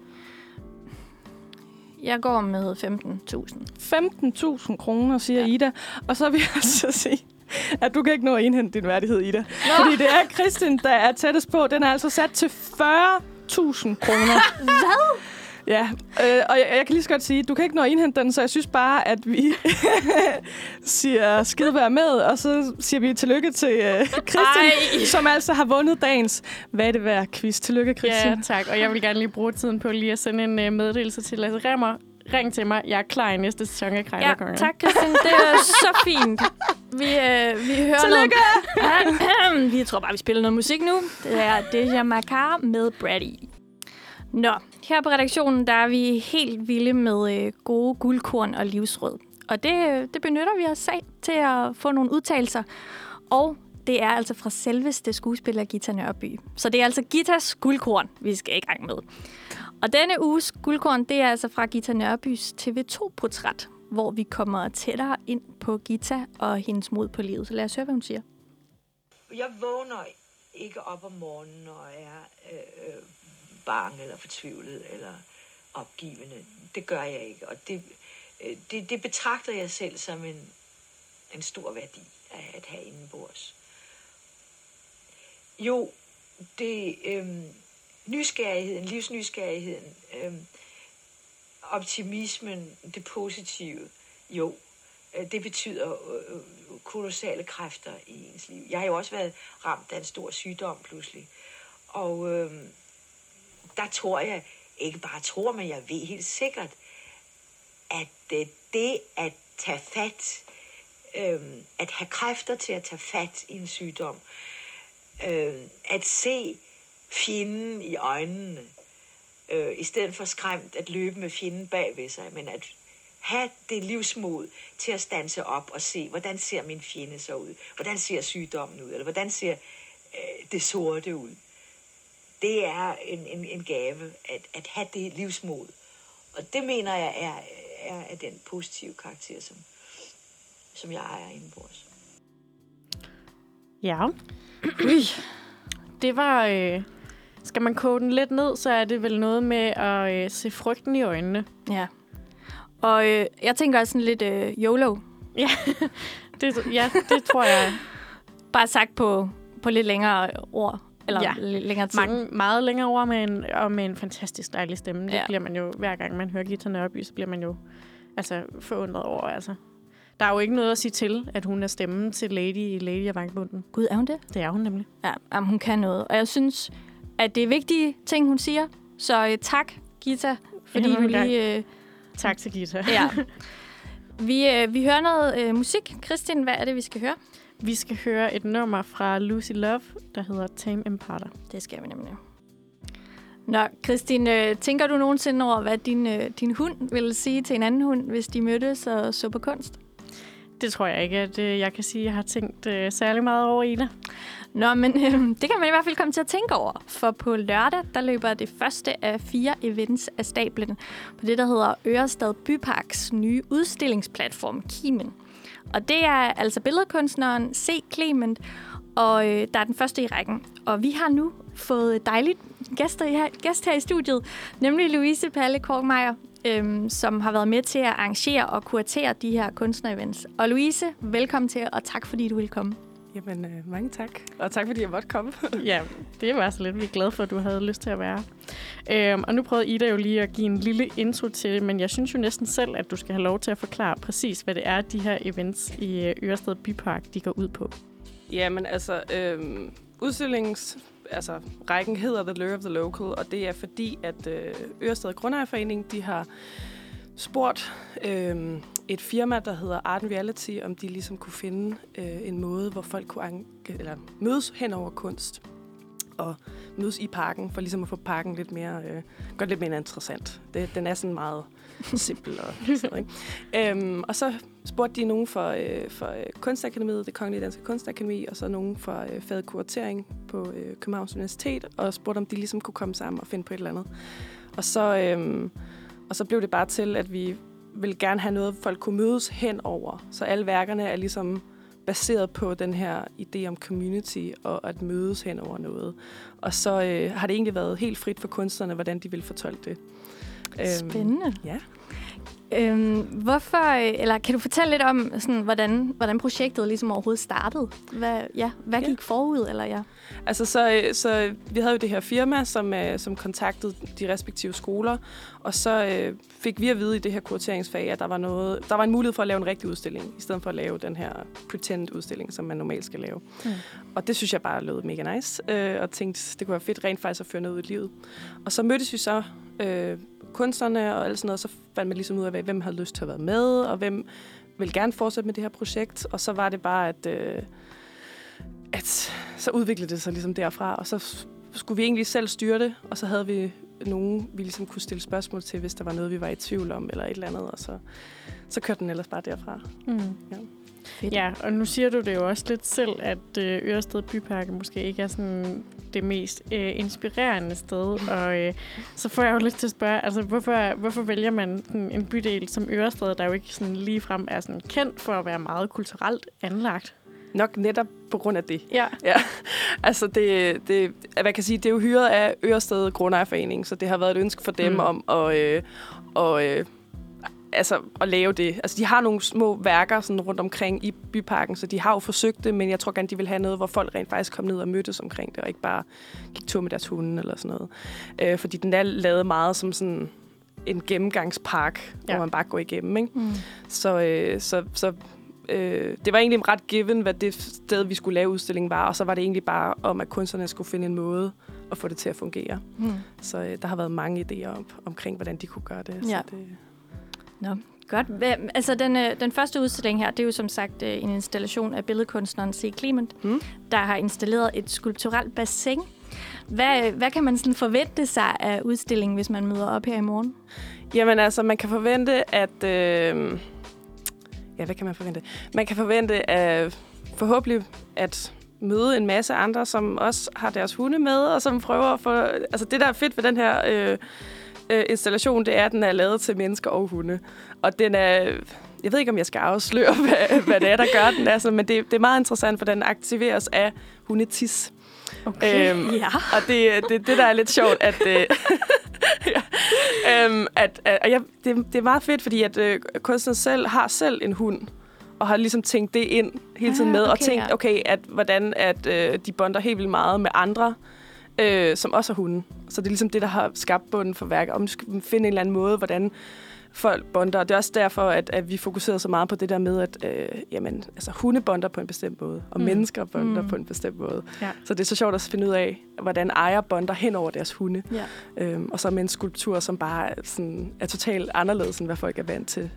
Jeg går med 15.000.
15.000 kroner, siger Ida. Og så vil jeg så sige, at du kan ikke nå at indhente din værdighed, Ida. Fordi det er Christian, der er tættest på. Den er altså sat til 40.000 kroner.
Hvad?
Ja, og jeg kan lige så godt sige, at du kan ikke nå at indhente den, så jeg synes bare, at vi siger skidevær med, og så siger vi tillykke til Christian, som altså har vundet dagens Hvad er det værd quiz. Tillykke, Christian.
Ja, tak. Og jeg vil gerne lige bruge tiden på lige at sende en meddelelse til Lasse Remmer. ring til mig. Jeg er klar i næste sæson af Krejlerkongen.
Ja, tak, Christian. Det er så fint. Vi hører noget. Vi tror bare, vi spiller noget musik nu. Det er Deja Makar med Brady. Nå, her på redaktionen, der er vi helt vilde med gode guldkorn og livsråd. Og det benytter vi os af til at få nogle udtalelser. Og det er altså fra selveste skuespiller Ghita Nørby. Så det er altså Ghitas guldkorn, vi skal i gang med. Og denne uges guldkorn, det er altså fra Ghita Nørbys TV2-portræt, hvor vi kommer tættere ind på Ghita og hendes mod på livet. Så lad os høre, hvad hun siger.
Jeg vågner ikke op om morgenen, når jeg er bange eller fortvivlet eller opgivende. Det gør jeg ikke, og det betragter jeg selv som en stor værdi at have indenbords. Jo, det nysgerrigheden, livsnysgerrigheden, optimismen, det positive, jo, det betyder kolossale kræfter i ens liv. Jeg har jo også været ramt af en stor sygdom pludselig, og der tror jeg, ikke bare tror, men jeg ved helt sikkert, at det at tage fat, at have kræfter til at tage fat i en sygdom, at se fjenden i øjnene, i stedet for skræmt at løbe med fjenden bag ved sig, men at have det livsmod til at standse op og se, hvordan ser min fjende så ud? Hvordan ser sygdommen ud? Eller hvordan ser det sorte ud? Det er en gave at have det livsmod. Og det mener jeg er den positive karakter, som jeg ejer indenbords.
Ja. Det var... skal man koge den lidt ned, så er det vel noget med at se frygten i øjnene.
Ja. Og jeg tænker også sådan lidt YOLO.
Ja, det tror jeg.
Bare sagt på lidt længere ord. Eller længere tid.
Meget længere ord med en fantastisk dejlig stemme. Det bliver man jo, hver gang man hører Ghita Nørby, så bliver man jo forundret over. Altså. Der er jo ikke noget at sige til, at hun er stemmen til Lady af Vangbunden.
Gud, er hun det?
Det er hun nemlig.
Ja, jamen, hun kan noget. Og jeg synes, at det er vigtige ting, hun siger. Så tak, Ghita, fordi du lige...
Tak til Ghita.
Ja. Vi hører noget musik. Kristin, hvad er det, vi skal høre?
Vi skal høre et nummer fra Lucy Love, der hedder Tame Impala.
Det skal vi nemlig. Nå, Kristin, tænker du nogensinde over, hvad din hund ville sige til en anden hund, hvis de mødtes og så på kunst?
Det tror jeg ikke, at jeg kan sige, at jeg har tænkt særlig meget over i det.
Nå, men det kan man i hvert fald komme til at tænke over. For på lørdag, der løber det første af 4 events af stablen på det, der hedder Ørestad Byparks nye udstillingsplatform, Kimen. Og det er altså billedkunstneren C. Clement, og der er den første i rækken. Og vi har nu fået dejligt gæst her i studiet, nemlig Louise Palle Korkmeier, som har været med til at arrangere og kuratere de her kunstnerevents. Og Louise, velkommen til, og tak fordi du ville komme.
Jamen, mange tak. Og tak fordi jeg måtte komme.
Ja, det var så lidt. Vi er glade for, at du havde lyst til at være. Og nu prøvede Ida jo lige at give en lille intro til det, men jeg synes jo næsten selv, at du skal have lov til at forklare præcis, hvad det er, de her events i Ørestad Bypark, de går ud på.
Jamen, altså, rækken hedder The Lure of the Local, og det er fordi, at Ørestad Grundejerforening, de har spurgt et firma, der hedder Art & Reality, om de ligesom kunne finde en måde, hvor folk kunne mødes hen over kunst og mødes i parken, for ligesom at få parken lidt mere, godt lidt mere interessant. Den er sådan meget simpel og sådan, ikke? Og så spurgte de nogen for Kunstakademiet, Det Kongelige Danske Kunstakademi, og så nogen for faget kuratering på Københavns Universitet, og spurgte, om de ligesom kunne komme sammen og finde på et eller andet. Og så blev det bare til, at vi ville gerne have noget, folk kunne mødes henover. Så alle værkerne er ligesom baseret på den her idé om community og at mødes henover noget. Og så har det egentlig været helt frit for kunstnerne, hvordan de vil fortolke det.
Spændende.
Ja.
Kan du fortælle lidt om, sådan, hvordan projektet ligesom overhovedet startede? Hvad gik forud? Eller ja?
Altså, så vi havde jo det her firma, som kontaktede de respektive skoler, og så fik vi at vide i det her kurateringsfag, at der var en mulighed for at lave en rigtig udstilling, i stedet for at lave den her pretend-udstilling, som man normalt skal lave. Mm. Og det synes jeg bare lød mega nice, og tænkte, det kunne være fedt rent faktisk at føre noget ud i livet. Og så mødtes vi så kunstnerne og alt sådan noget, så fandt man ligesom ud af, hvem havde lyst til at være med, og hvem ville gerne fortsætte med det her projekt. Og så var det bare, at så udviklede det sig ligesom derfra, og så skulle vi egentlig selv styre det, og så havde vi nogen, vi ligesom kunne stille spørgsmål til, hvis der var noget, vi var i tvivl om, eller et eller andet, og så kørte den ellers bare derfra. Ja.
Ja, og nu siger du det jo også lidt selv, at Ørestad Bypark måske ikke er sådan det mest inspirerende sted. Og så får jeg jo lidt til at spørge, altså hvorfor vælger man sådan en bydel som Ørestad, der jo ikke sådan ligefrem er sådan kendt for at være meget kulturelt anlagt?
Nok netop på grund af det.
Ja.
Altså, hvad kan sige, det er jo hyret af Ørestad Grundejerforening, så det har været et ønske for dem om at lave det. Altså, de har nogle små værker sådan rundt omkring i byparken, så de har jo forsøgt det, men jeg tror gerne, de vil have noget, hvor folk rent faktisk kom ned og mødtes omkring det, og ikke bare gik tur med deres hunde eller sådan noget. Fordi den er lavet meget som sådan en gennemgangspark, hvor man bare går igennem, ikke? Så det var egentlig ret given, hvad det sted, vi skulle lave udstillingen var, og så var det egentlig bare om, at kunstnerne skulle finde en måde at få det til at fungere. Så der har været mange idéer omkring, hvordan de kunne gøre det.
Ja.
Så det
Nå, godt. Altså, den første udstilling her, det er jo som sagt en installation af billedkunstneren C. Clement, der har installeret et skulpturelt bassin. Hvad kan man sådan forvente sig af udstillingen, hvis man møder op her i morgen?
Jamen altså, man kan forvente, at... hvad kan man forvente? Man kan forvente forhåbentlig at møde en masse andre, som også har deres hunde med, og som prøver at få... Altså, det, der er fedt ved den her... installation, det er, at den er lavet til mennesker og hunde. Og den er... Jeg ved ikke, om jeg skal afsløre, hvad det er, der gør den. Altså, men det er meget interessant, for den aktiveres af hundetis.
Okay,
Og det, der er lidt sjovt, at... det er meget fedt, fordi at kunstneren selv har selv en hund, og har ligesom tænkt det ind hele tiden med, og tænkt, hvordan de bonder helt vildt meget med andre, som også er hunde. Så det er ligesom det, der har skabt bunden for værket. Om du skal finde en eller anden måde, hvordan folk bonder. Og det er også derfor, at vi fokuserer så meget på det der med, at hunde bonder på en bestemt måde, og mennesker bonder på en bestemt måde. Ja. Så det er så sjovt at finde ud af, hvordan ejer bonder hen over deres hunde. Ja. Og så med en skulptur, som bare sådan, er totalt anderledes, end hvad folk er vant til.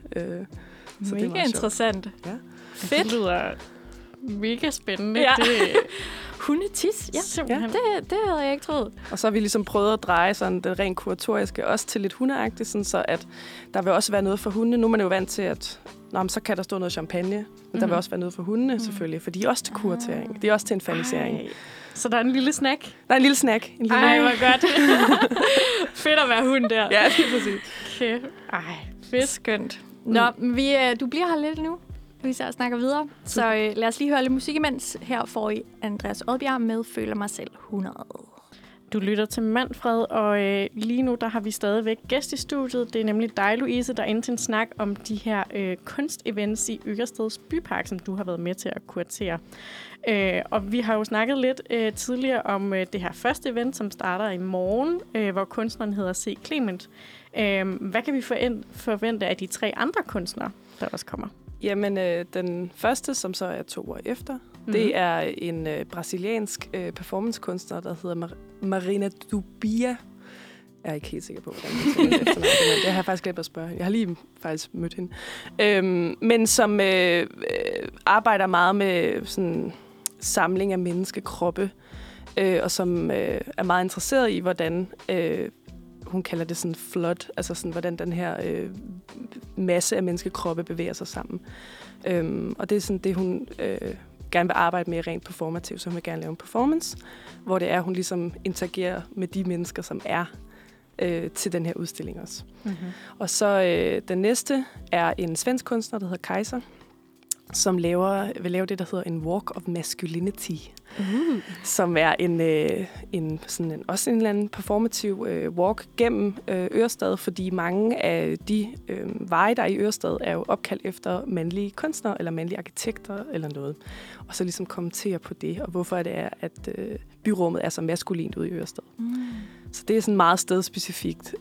Så mega det er interessant.
Ja.
Fedt. Det lyder mega spændende.
Ja. Hundetis, det havde jeg ikke troet.
Og så har vi ligesom prøvet at dreje sådan det rent kuratoriske også til lidt hundeagtigt, sådan så at der vil også være noget for hundene. Nu er man jo vant til, at så kan der stå noget champagne, men der vil også være noget for hundene selvfølgelig, for de er også til kuratering. De er også til infantisering.
Så der er en lille snack?
Der er en lille snack.
Ej, hvor godt. Fedt at være hund der.
Ja, det er præcis.
Okay. Ej, fedt.
Skønt. Nå, du bliver her lidt nu. Vi så snakker videre. Så lad os lige høre lidt musik imens. Her får I Andreas Odbjerg med Føler mig selv 100.
Du lytter til Manfred, og lige nu der har vi stadigvæk gæst i studiet. Det er nemlig dig, Louise, der er inde til en snak om de her kunstevents i Ørestads Bypark, som du har været med til at kuratere. Og vi har jo snakket lidt tidligere om det her første event, som starter i morgen, hvor kunstneren hedder C. Clement. Hvad kan vi forvente af de 3 andre kunstnere, der også kommer?
Jamen, den første, som så er 2 år efter, det er en brasiliansk performancekunstner, der hedder Marina Dubia. Jeg er ikke helt sikker på, hvordan man siger det efternavn. Det har jeg faktisk glemt at spørge. Jeg har lige faktisk mødt hende. Men som arbejder meget med sådan samling af menneskekroppe, og som er meget interesseret i, hvordan... hun kalder det sådan flood, altså sådan, hvordan den her masse af menneskekroppe bevæger sig sammen. Og det er sådan det, hun gerne vil arbejde med rent performativt, så hun vil gerne lave en performance, hvor det er, hun ligesom interagerer med de mennesker, som er til den her udstilling også. Mm-hmm. Og så den næste er en svensk kunstner, der hedder Kaiser, som vil lave det, der hedder en Walk of Masculinity, som er også en eller anden performativ walk gennem Ørestad, fordi mange af de veje, der er i Ørestad, er jo opkaldt efter mandlige kunstnere eller mandlige arkitekter eller noget. Og så ligesom kommentere på det, og hvorfor det er, at byrummet er så maskulint ude i Ørestad. Så det er sådan meget stedspecifikt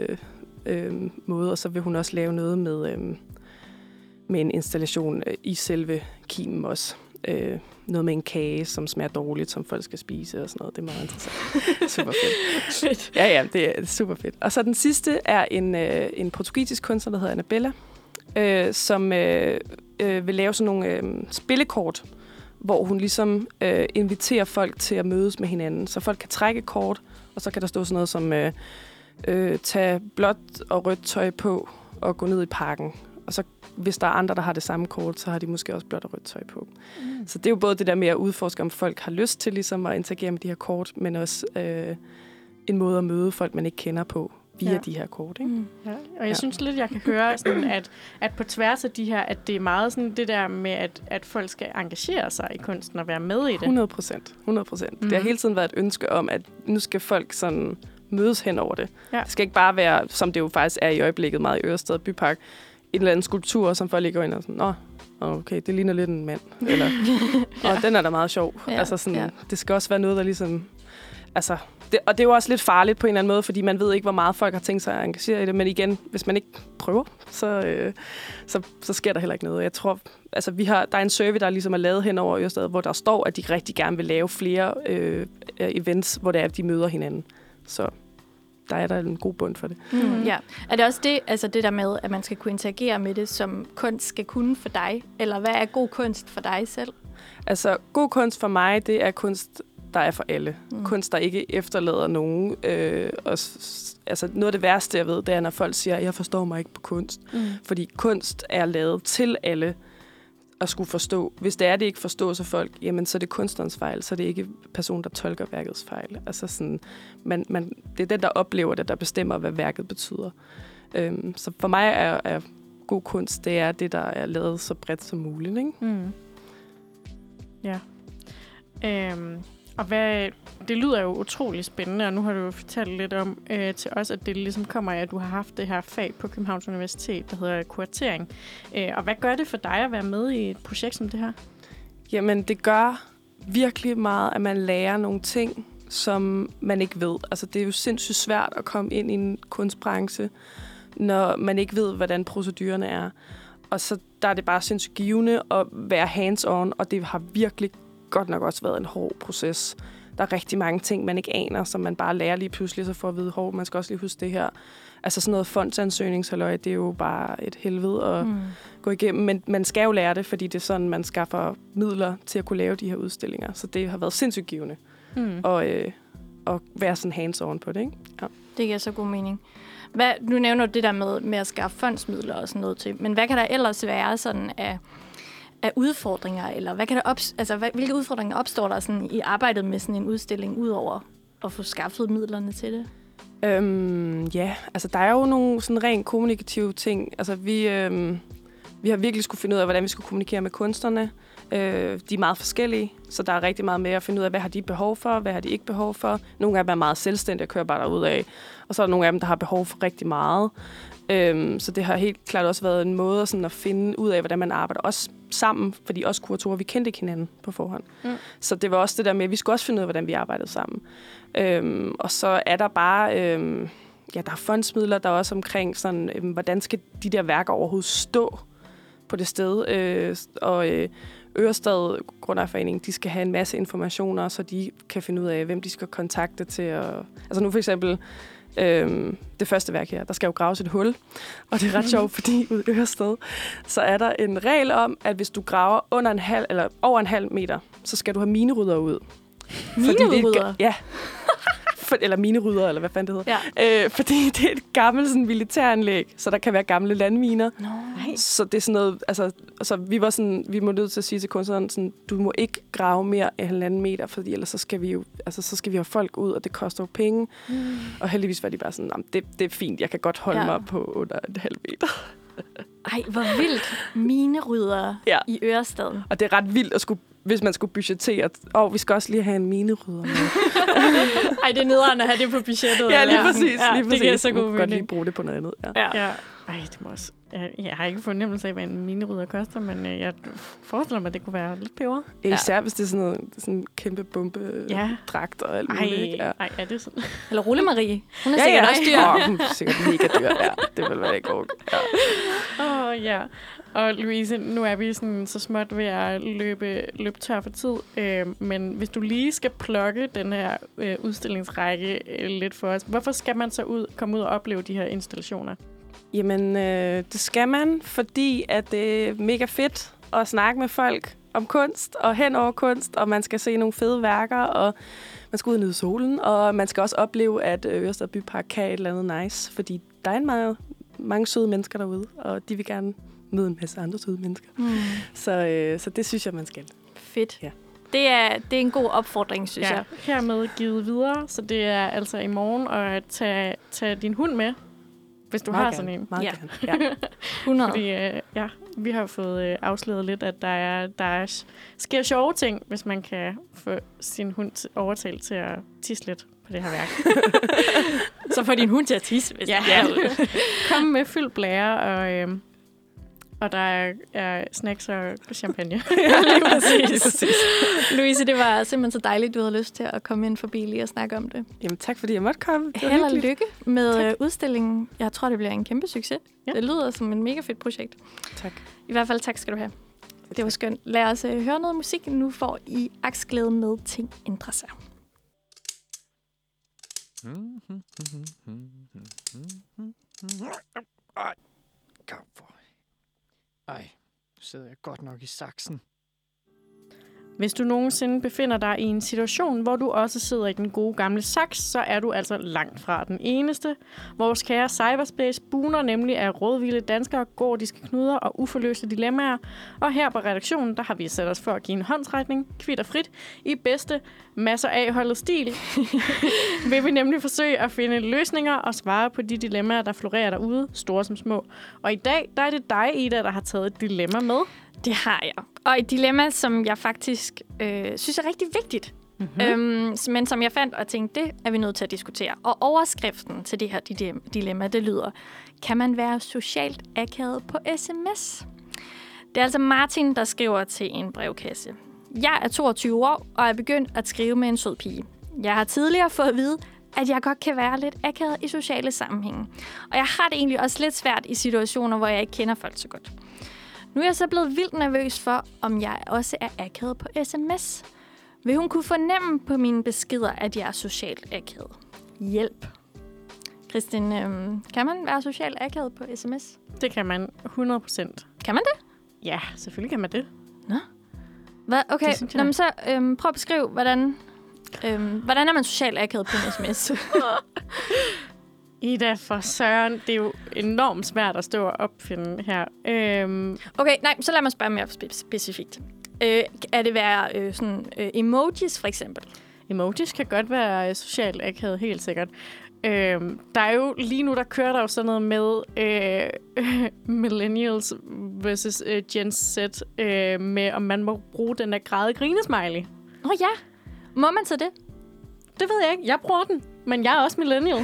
måde, og så vil hun også lave noget med en installation i selve kimen også. noget med en kage, som smager dårligt, som folk skal spise og sådan noget. Det er meget interessant. Super fedt. Ja, det er super fedt. Og så den sidste er en portugisisk kunstner, der hedder Anabella, som vil lave sådan nogle spillekort, hvor hun ligesom inviterer folk til at mødes med hinanden. Så folk kan trække kort, og så kan der stå sådan noget som tage blåt og rødt tøj på og gå ned i parken. Og så hvis der er andre, der har det samme kort, så har de måske også blåt og rødt tøj på. Så det er jo både det der med at udforske, om folk har lyst til ligesom at interagere med de her kort, men også en måde at møde folk, man ikke kender på via de her kort. Ikke?
Ja. Og jeg synes lidt, jeg kan høre, sådan, at på tværs af de her, at det er meget sådan det der med, at folk skal engagere sig i kunsten og være med i det.
100%. Det har hele tiden været et ønske om, at nu skal folk sådan mødes hen over det. Ja. Det skal ikke bare være, som det jo faktisk er i øjeblikket meget i Ørestad Bypark, en eller anden skulptur, som folk lige går ind og sådan, okay, det ligner lidt en mand. Eller, den er da meget sjov. Altså sådan, det skal også være noget, der ligesom... Altså, og det er jo også lidt farligt på en eller anden måde, fordi man ved ikke, hvor meget folk har tænkt sig at engagere i det. Men igen, hvis man ikke prøver, så sker der heller ikke noget. Jeg tror, altså der er en survey, der ligesom er lavet hen over Ørestad, hvor der står, at de rigtig gerne vil lave flere events, hvor det er, at de møder hinanden. Så der er der en god bund for det.
Ja. Er det også det, altså det der med, at man skal kunne interagere med det, som kunst skal kunne for dig? Eller hvad er god kunst for dig selv?
Altså, god kunst for mig, det er kunst, der er for alle. Kunst, der ikke efterlader nogen. Altså, noget af det værste, jeg ved, det er, når folk siger, jeg forstår mig ikke på kunst. Fordi kunst er lavet til alle at skulle forstå. Hvis det er, det ikke forstås af folk, jamen, så er det kunstnerens fejl, så er det ikke personen, der tolker værkets fejl. Altså sådan, det er den, der oplever det, der bestemmer, hvad værket betyder. Så for mig er god kunst, det er det, der er lavet så bredt som muligt. Ikke?
Ja. Og det lyder jo utrolig spændende, og nu har du jo fortalt lidt om til os, at det ligesom kommer af, at du har haft det her fag på Københavns Universitet, der hedder kuratering. Og hvad gør det for dig at være med i et projekt som det her? Jamen, det gør virkelig meget, at man lærer nogle ting, som man ikke ved. Altså, det er jo sindssygt svært at komme ind i en kunstbranche, når man ikke ved, hvordan procedurerne er. Og så der er det bare sindssygt givende at være hands-on, og det har virkelig godt nok også været en hård proces. Der er rigtig mange ting, man ikke aner, som man bare lærer lige pludselig, så får at vide, man skal også lige huske det her. Altså sådan noget fondsansøgningshalløj, det er jo bare et helvede at gå igennem, men man skal jo lære det, fordi det er sådan, man skaffer midler til at kunne lave de her udstillinger. Så det har været sindssygt givende at være sådan hands-on på det, ikke? Ja. Det giver så god mening. Nu nævner du det der med at skaffe fondsmidler og sådan noget til, men hvad kan der ellers være sådan af udfordringer, eller hvad kan der hvilke udfordringer opstår der sådan i arbejdet med sådan en udstilling, udover at få skaffet midlerne til det? Altså der er jo nogle sådan rent kommunikative ting. Altså vi har virkelig skulle finde ud af, hvordan vi skulle kommunikere med kunstnerne. De er meget forskellige, så der er rigtig meget med at finde ud af, hvad har de behov for, hvad har de ikke behov for. Nogle af dem er meget selvstændige og kører bare derudad, og så er der nogle af dem, der har behov for rigtig meget. Så det har helt klart også været en måde sådan at finde ud af, hvordan man arbejder også sammen, fordi også kuratorer, vi kendte ikke hinanden på forhånd. Så det var også det der med, at vi skulle også finde ud af, hvordan vi arbejdede sammen. Og så er der bare, der er fondsmidler, der er også omkring sådan, hvordan skal de der værker overhovedet stå på det sted. Ørestad Grundejerforening, de skal have en masse informationer, så de kan finde ud af, hvem de skal kontakte til. Altså nu for eksempel, det første værk her, der skal jo graves et hul, og det er ret sjovt, fordi ude i Ørestad, så er der en regel om, at hvis du graver over en halv meter, så skal du have minerydder ud. Minerydder? Ja. Eller minerydder, eller hvad fanden det hedder. Ja. Fordi det er et gammelt sådan, militæranlæg, så der kan være gamle landminer. Så det er sådan noget, altså vi må nødt til at sige til kunstneren, sådan, du må ikke grave mere end 1,5 meter, fordi ellers så skal vi jo, have folk ud, og det koster jo penge. Og heldigvis var de bare sådan, det er fint, jeg kan godt holde mig på under 1,5 meter. Ej, hvor vildt. Minerydder i Ørestad. Og det er ret vildt hvis man skulle budgettere, vi skal også lige have en minerydder med. Ej, det er nederen at have det på budgettet. Ja, lige præcis. Ja, det giver så god mening. Godt lige bruge det på noget andet. Ja. Ej, det må også. Jeg har ikke fornemmelse af, hvad en minerydder koster, men jeg forestiller mig, at det kunne være lidt peber. Især hvis det er sådan en kæmpe bombedragt og alt muligt. Ej, er det sådan? Eller Rulle Marie. Hun er sikkert også dyr. Hun er sikkert mega dyr, ja. Det vil være ikke godt. Ja. Ja. Og Louise, nu er vi sådan så småt ved at løbe tør for tid. Men hvis du lige skal plukke den her udstillingsrække lidt for os, hvorfor skal man så komme ud og opleve de her installationer?
Jamen, det skal man, fordi at det er mega fedt at snakke med folk om kunst og hen over kunst, og man skal se nogle fede værker, og man skal ud og nyde solen, og man skal også opleve, at Ørestad Bypark kan et eller andet nice, fordi der er mange søde mennesker derude, og de vil gerne møde en masse andre søde mennesker. Så det synes jeg, man skal.
Fedt.
Ja.
Det er en god opfordring, synes jeg.
Hermed givet videre, så det er altså i morgen at tage din hund med, hvis du har sådan en.
Meget gerne. Ja.
100.
Fordi vi har fået afsløret lidt, at der sker sjove ting, hvis man kan få sin hund overtalt til at tisse lidt på det her værk.
Så får din hund til at tisse, hvis det er.
Kom med fyldt blære, og der er snacks og champagne.
Lige præcis. Louise, det var simpelthen så dejligt, du havde lyst til at komme ind forbi lige og snakke om det.
Jamen tak, fordi jeg måtte komme.
Held og lykke med udstillingen. Jeg tror, det bliver en kæmpe succes. Ja. Det lyder som en mega fedt projekt.
Tak.
I hvert fald tak skal du have. Det var skønt. Lad os høre noget musik. Nu får I Aksglæde med Ting ændrer sig.
Ej, nu sidder jeg godt nok i saksen.
Hvis du nogensinde befinder dig i en situation, hvor du også sidder i den gode gamle saks, så er du altså langt fra den eneste. Vores kære cyberspace buner nemlig af rådvilde danskere, gordiske knuder og uforløste dilemmaer. Og her på redaktionen, der har vi sat os for at give en håndsrækning, kvitt og frit, i bedste masser af holdet stil. Vil vi nemlig forsøge at finde løsninger og svare på de dilemmaer, der florerer derude, store som små. Og i dag, der er det dig, Ida, der har taget et dilemma med.
Det har jeg. Og et dilemma, som jeg faktisk synes er rigtig vigtigt. Men som jeg fandt og tænkte, det er vi nødt til at diskutere. Og overskriften til det her dilemma, det lyder: kan man være socialt akavet på sms? Det er altså Martin, der skriver til en brevkasse. Jeg er 22 år og er begyndt at skrive med en sød pige. Jeg har tidligere fået at vide, at jeg godt kan være lidt akavet i sociale sammenhænge. Og jeg har det egentlig også lidt svært i situationer, hvor jeg ikke kender folk så godt. Nu er jeg så blevet vildt nervøs for, om jeg også er akavet på sms. Vil hun kunne fornemme på mine beskeder, at jeg er socialt akavet? Hjælp. Kristin, kan man være socialt akavet på sms?
Det kan man 100%.
Kan man det?
Ja, selvfølgelig kan man det.
Nå. Hvad? Okay, så prøv at beskrive, hvordan er man socialt akavet på en sms?
Ida, for søren, det er jo enormt svært at stå og opfinde her.
Okay, nej, så lad mig spørge mere specifikt. Er det være emojis, for eksempel?
Emojis kan godt være socialt akavet, helt sikkert. Der er jo lige nu, der kører der jo sådan noget med millennials versus Gen Z, med om man må bruge den der græde-grine-smiley.
Ja. Må man så det?
Det ved jeg ikke. Jeg bruger den, men jeg er også millennial.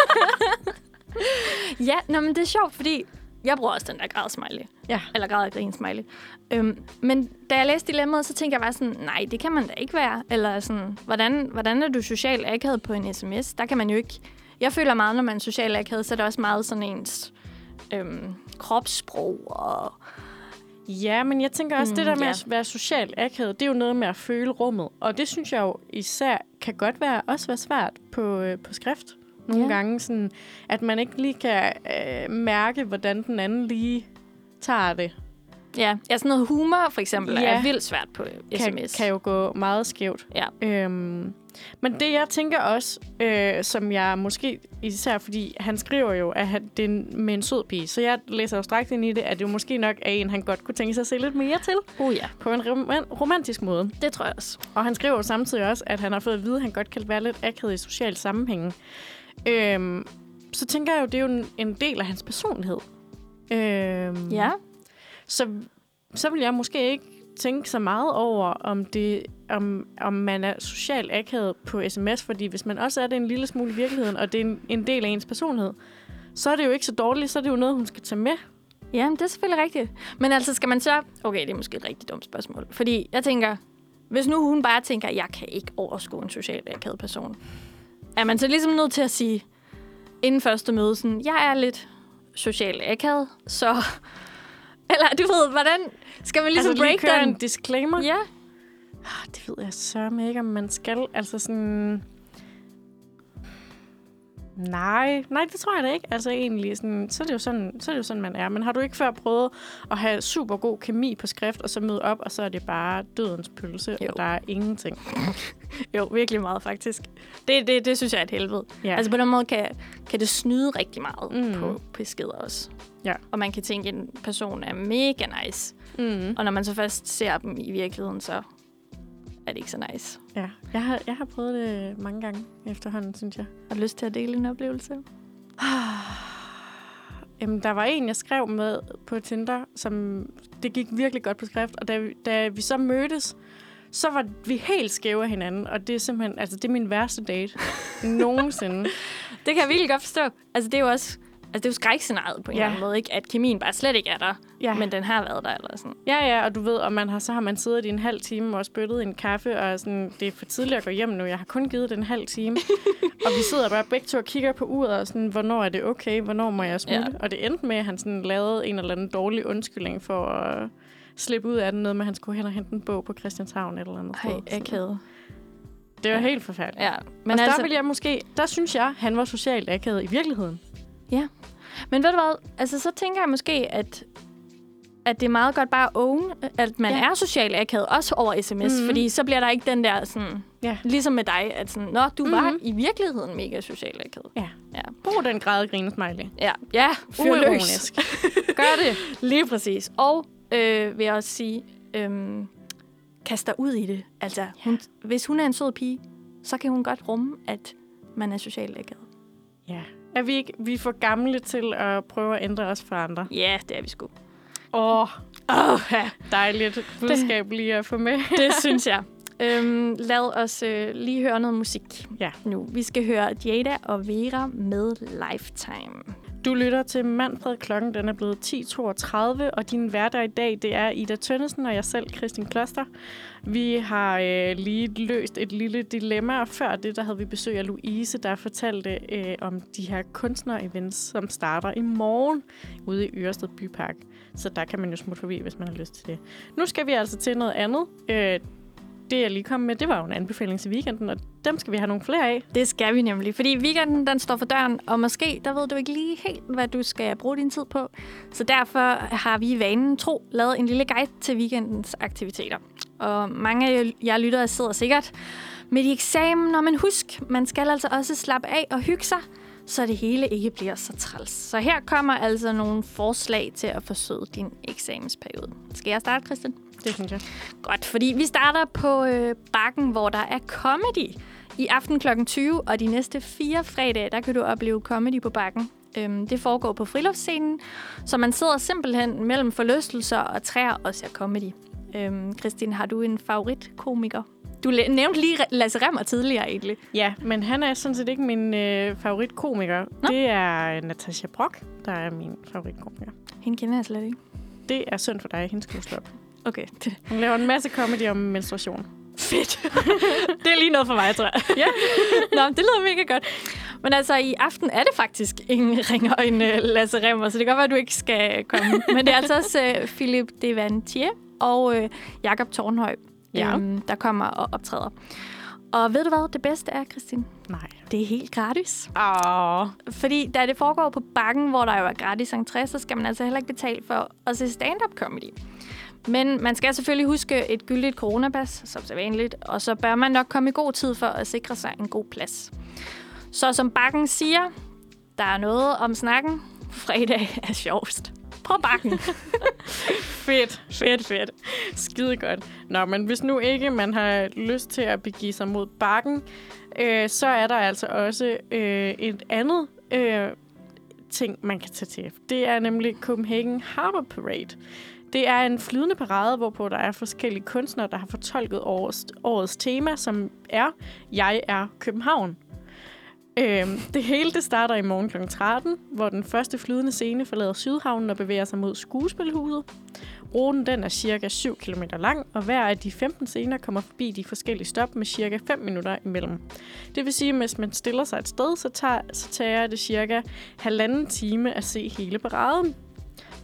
Ja, men det er sjovt, fordi jeg bruger også den der græd-smiley.
Ja.
Eller græd-grin-smiley. Men da jeg læste dilemmaet, så tænkte jeg bare sådan, nej, det kan man da ikke være. Eller sådan, hvordan er du socialt akavet på en sms? Der kan man jo ikke... Jeg føler meget, når man er socialt akavet, så er det også meget sådan ens kropssprog og...
Ja, men jeg tænker også, det der med at være socialt akavet, det er jo noget med at føle rummet. Og det synes jeg jo især kan godt også være svært på skrift. Nogle gange, sådan, at man ikke lige kan mærke, hvordan den anden lige tager det.
Ja, sådan noget humor for eksempel er vildt svært på sms.
Kan jo gå meget skævt.
Ja.
Men det, jeg tænker også, som jeg måske især, fordi han skriver jo, at det er med en sød pige, så jeg læser jo straks ind i det, at det jo måske nok er en, han godt kunne tænke sig at se lidt mere til.
Ja.
På en romantisk måde.
Det tror jeg også.
Og han skriver jo samtidig også, at han har fået at vide, at han godt kan være lidt akavet i social sammenhænge. Så tænker jeg jo, det er jo en del af hans personlighed.
Ja.
Så vil jeg måske ikke tænke så meget over, om man er socialt akavet på sms, fordi hvis man også er det en lille smule i virkeligheden, og det er en del af ens personlighed, så er det jo ikke så dårligt, så er det jo noget, hun skal tage med.
Ja, det er selvfølgelig rigtigt. Men altså, skal man så... Okay, det er måske et rigtig dumt spørgsmål. Fordi jeg tænker, hvis nu hun bare tænker, jeg kan ikke overskue en socialt akavet person, er man så ligesom nødt til at sige, inden første møde, sådan, jeg er lidt socialt akavet, så Eller du ved, hvordan skal man ligesom break
køre
den?
en disclaimer?
Ja.
Det ved jeg sørme ikke, om man skal. Altså sådan... Nej, det tror jeg da ikke. Altså egentlig, sådan, så er det jo sådan, man er. Men har du ikke før prøvet at have super god kemi på skrift, og så møde op, og så er det bare dødens pølse, og der er ingenting?
Jo, virkelig meget faktisk. Det synes jeg er et helvede.
Ja.
Altså på den måde kan det snyde rigtig meget på beskeder også.
Ja.
Og man kan tænke, at en person er mega nice. Og når man så først ser dem i virkeligheden, så er det ikke så nice.
Ja, jeg har prøvet det mange gange efterhånden, synes jeg.
Har du lyst til at dele en oplevelse?
Jamen, der var en, jeg skrev med på Tinder, som det gik virkelig godt på skrift. Og da vi så mødtes, så var vi helt skæve af hinanden. Og det er simpelthen, altså det er min værste date nogensinde.
Det kan jeg virkelig godt forstå. Altså det er jo også... Altså, det er jo skrækscenariet på en eller anden måde, ikke? At kemien bare slet ikke er der, men den har været der eller sådan.
Ja, og du ved, og så har man siddet i en halv time og spyttet en kaffe, og sådan, det er for tidligt at gå hjem nu. Jeg har kun givet den en halv time. Og vi sidder bare begge to og kigger på uret, og sådan, hvornår er det okay? Hvornår må jeg smutte? Ja. Og det endte med, at han sådan lavede en eller anden dårlig undskyldning for at slippe ud af den, noget med, at han skulle hen og hente en bog på Christianshavn eller andet sted.
Akavet.
Det var helt forfærdeligt.
Ja.
Men altså, der synes jeg, han var socialt akavet i virkeligheden.
Ja. Men ved du hvad? Altså, så tænker jeg måske, at det er meget godt bare at own, at man er socialt akavet, også over sms. Fordi så bliver der ikke den der sådan... Ja. Ligesom med dig, at sådan... Nå, du var i virkeligheden mega socialt akavet.
Ja. Brug den grædegrinesmejle.
Ja. Fyr løs.
Gør det.
Lige præcis. Og vil jeg også sige... kast dig ud i det. Altså, hvis hun er en sød pige, så kan hun godt rumme, at man er socialt akavet.
Ja. Er vi er for gamle til at prøve at ændre os for andre?
Ja, det er vi sgu.
Ja. Dejligt budskab lige at få med.
Det synes jeg. Lad os lige høre noget musik nu. Vi skal høre Jada og Vera med Lifetime.
Du lytter til Manfred. Klokken den er blevet 10.32, og din hverdag i dag, det er Ida Tønnesen og jeg selv, Kristin Kloster. Vi har lige løst et lille dilemma, og før det, der havde vi besøg af Louise, der fortalte om de her kunstner-events, som starter i morgen ude i Ørsted Bypark. Så der kan man jo smutte forbi, hvis man har lyst til det. Nu skal vi altså til noget andet. Det, jeg lige kom med, det var jo en anbefaling til weekenden, og dem skal vi have nogle flere af.
Det skal vi nemlig, fordi weekenden, den står for døren, og måske, der ved du ikke lige helt, hvad du skal bruge din tid på. Så derfor har vi vanen tro lavet en lille guide til weekendens aktiviteter. Og mange af jer lyttere sidder sikkert midt i eksamen, og man husk, man skal altså også slappe af og hygge sig, så det hele ikke bliver så træls. Så her kommer altså nogle forslag til at forsøde din eksamensperiode. Skal jeg starte, Christian?
Det synes jeg.
Godt, fordi vi starter på Bakken, hvor der er comedy. I aften kl. 20, og de næste 4 fredage, der kan du opleve comedy på Bakken. Det foregår på friluftsscenen, så man sidder simpelthen mellem forlystelser og træer og ser comedy. Kristin, har du en favoritkomiker? Du nævnte lige Lasse Remmer tidligere, egentlig.
Ja, men han er sådan set ikke min favoritkomiker. Nå? Det er Natasha Brock, der er min favoritkomiker.
Hende kender jeg slet ikke.
Det er synd for dig, hende skal du slå op.
Okay.
Hun laver en masse comedy om menstruation.
Fedt. Det er lige noget for mig, tror jeg.
Ja.
Nå, det lyder mega godt. Men altså, i aften er det faktisk ingen ringer end Lasse Remmer, så det kan godt være, at du ikke skal komme. Men det er altså også Philippe Devantier og Jakob Tornhøj, der kommer og optræder. Og ved du hvad det bedste er, Kristin?
Nej.
Det er helt gratis. Fordi da det foregår på Bakken, hvor der jo er gratis entré, så skal man altså heller ikke betale for at se stand-up comedy. Men man skal selvfølgelig huske et gyldigt coronapas, som sædvanligt, og så bør man nok komme i god tid for at sikre sig en god plads. Så som Bakken siger, der er noget om snakken. Fredag er sjovest. På Bakken.
Fedt. Skide godt. Nå, men hvis nu ikke man har lyst til at begive sig mod Bakken, så er der altså også et andet ting, man kan tage til. Det er nemlig Copenhagen Harbor Parade. Det er en flydende parade, hvorpå der er forskellige kunstnere, der har fortolket årets tema, som er Jeg er København. Det hele det starter i morgen kl. 13, hvor den første flydende scene forlader Sydhavnen og bevæger sig mod Skuespilhuset. Ruten den er cirka 7 km lang, og hver af de 15 scener kommer forbi de forskellige stop med cirka 5 minutter imellem. Det vil sige, at hvis man stiller sig et sted, så tager det cirka 1,5 time at se hele paraden.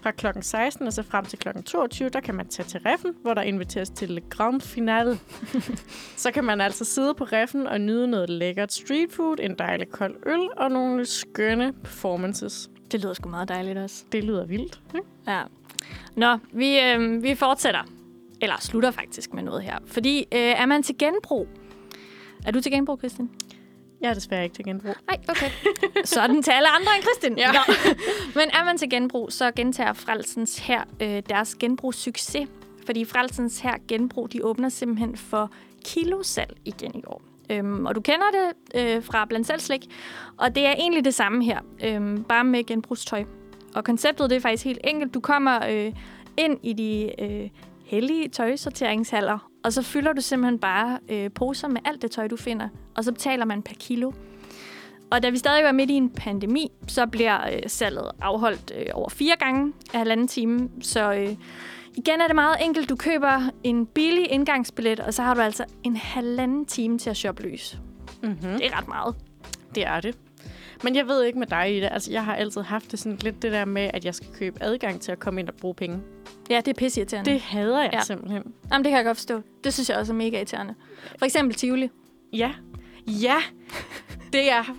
Fra klokken 16 og så frem til klokken 22, der kan man tage til Reffen, hvor der inviteres til Le Grand Finale. Så kan man altså sidde på Reffen og nyde noget lækkert street food, en dejlig kold øl og nogle skønne performances.
Det lyder sgu meget dejligt også.
Det lyder vildt, ikke?
Ja. Nå, vi fortsætter. Eller slutter faktisk med noget her. Fordi er man til genbrug? Er du til genbrug, Kristin?
Jeg er desværre ikke til genbrug.
Nej, okay. Sådan til alle andre end Kristin. Ja. Men er man til genbrug, så gentager Frelsens Hær deres genbrugssucces. Fordi Frelsens Hær genbrug, de åbner simpelthen for kilosalg igen i år. Og du kender det fra blandt selv slik. Og det er egentlig det samme her, bare med genbrugstøj. Og konceptet det er faktisk helt enkelt. Du kommer ind i de hellige tøjsorteringshaller, og så fylder du simpelthen bare poser med alt det tøj, du finder. Og så betaler man per kilo. Og da vi stadig var midt i en pandemi, så bliver salget afholdt over 4 gange af 1,5 time. Så igen er det meget enkelt. Du køber en billig indgangsbillet, og så har du altså 1,5 time til at shoppe løs. Mm-hmm. Det er ret meget.
Det er det. Men jeg ved ikke med dig, Ida. Altså, jeg har altid haft det sådan lidt det der med, at jeg skal købe adgang til at komme ind og bruge penge.
Ja, det er pisseirriterende.
Det hader jeg simpelthen.
Jamen, det kan jeg godt forstå. Det synes jeg også er mega irriterende. For eksempel Tivoli.
Ja. Ja. Det er...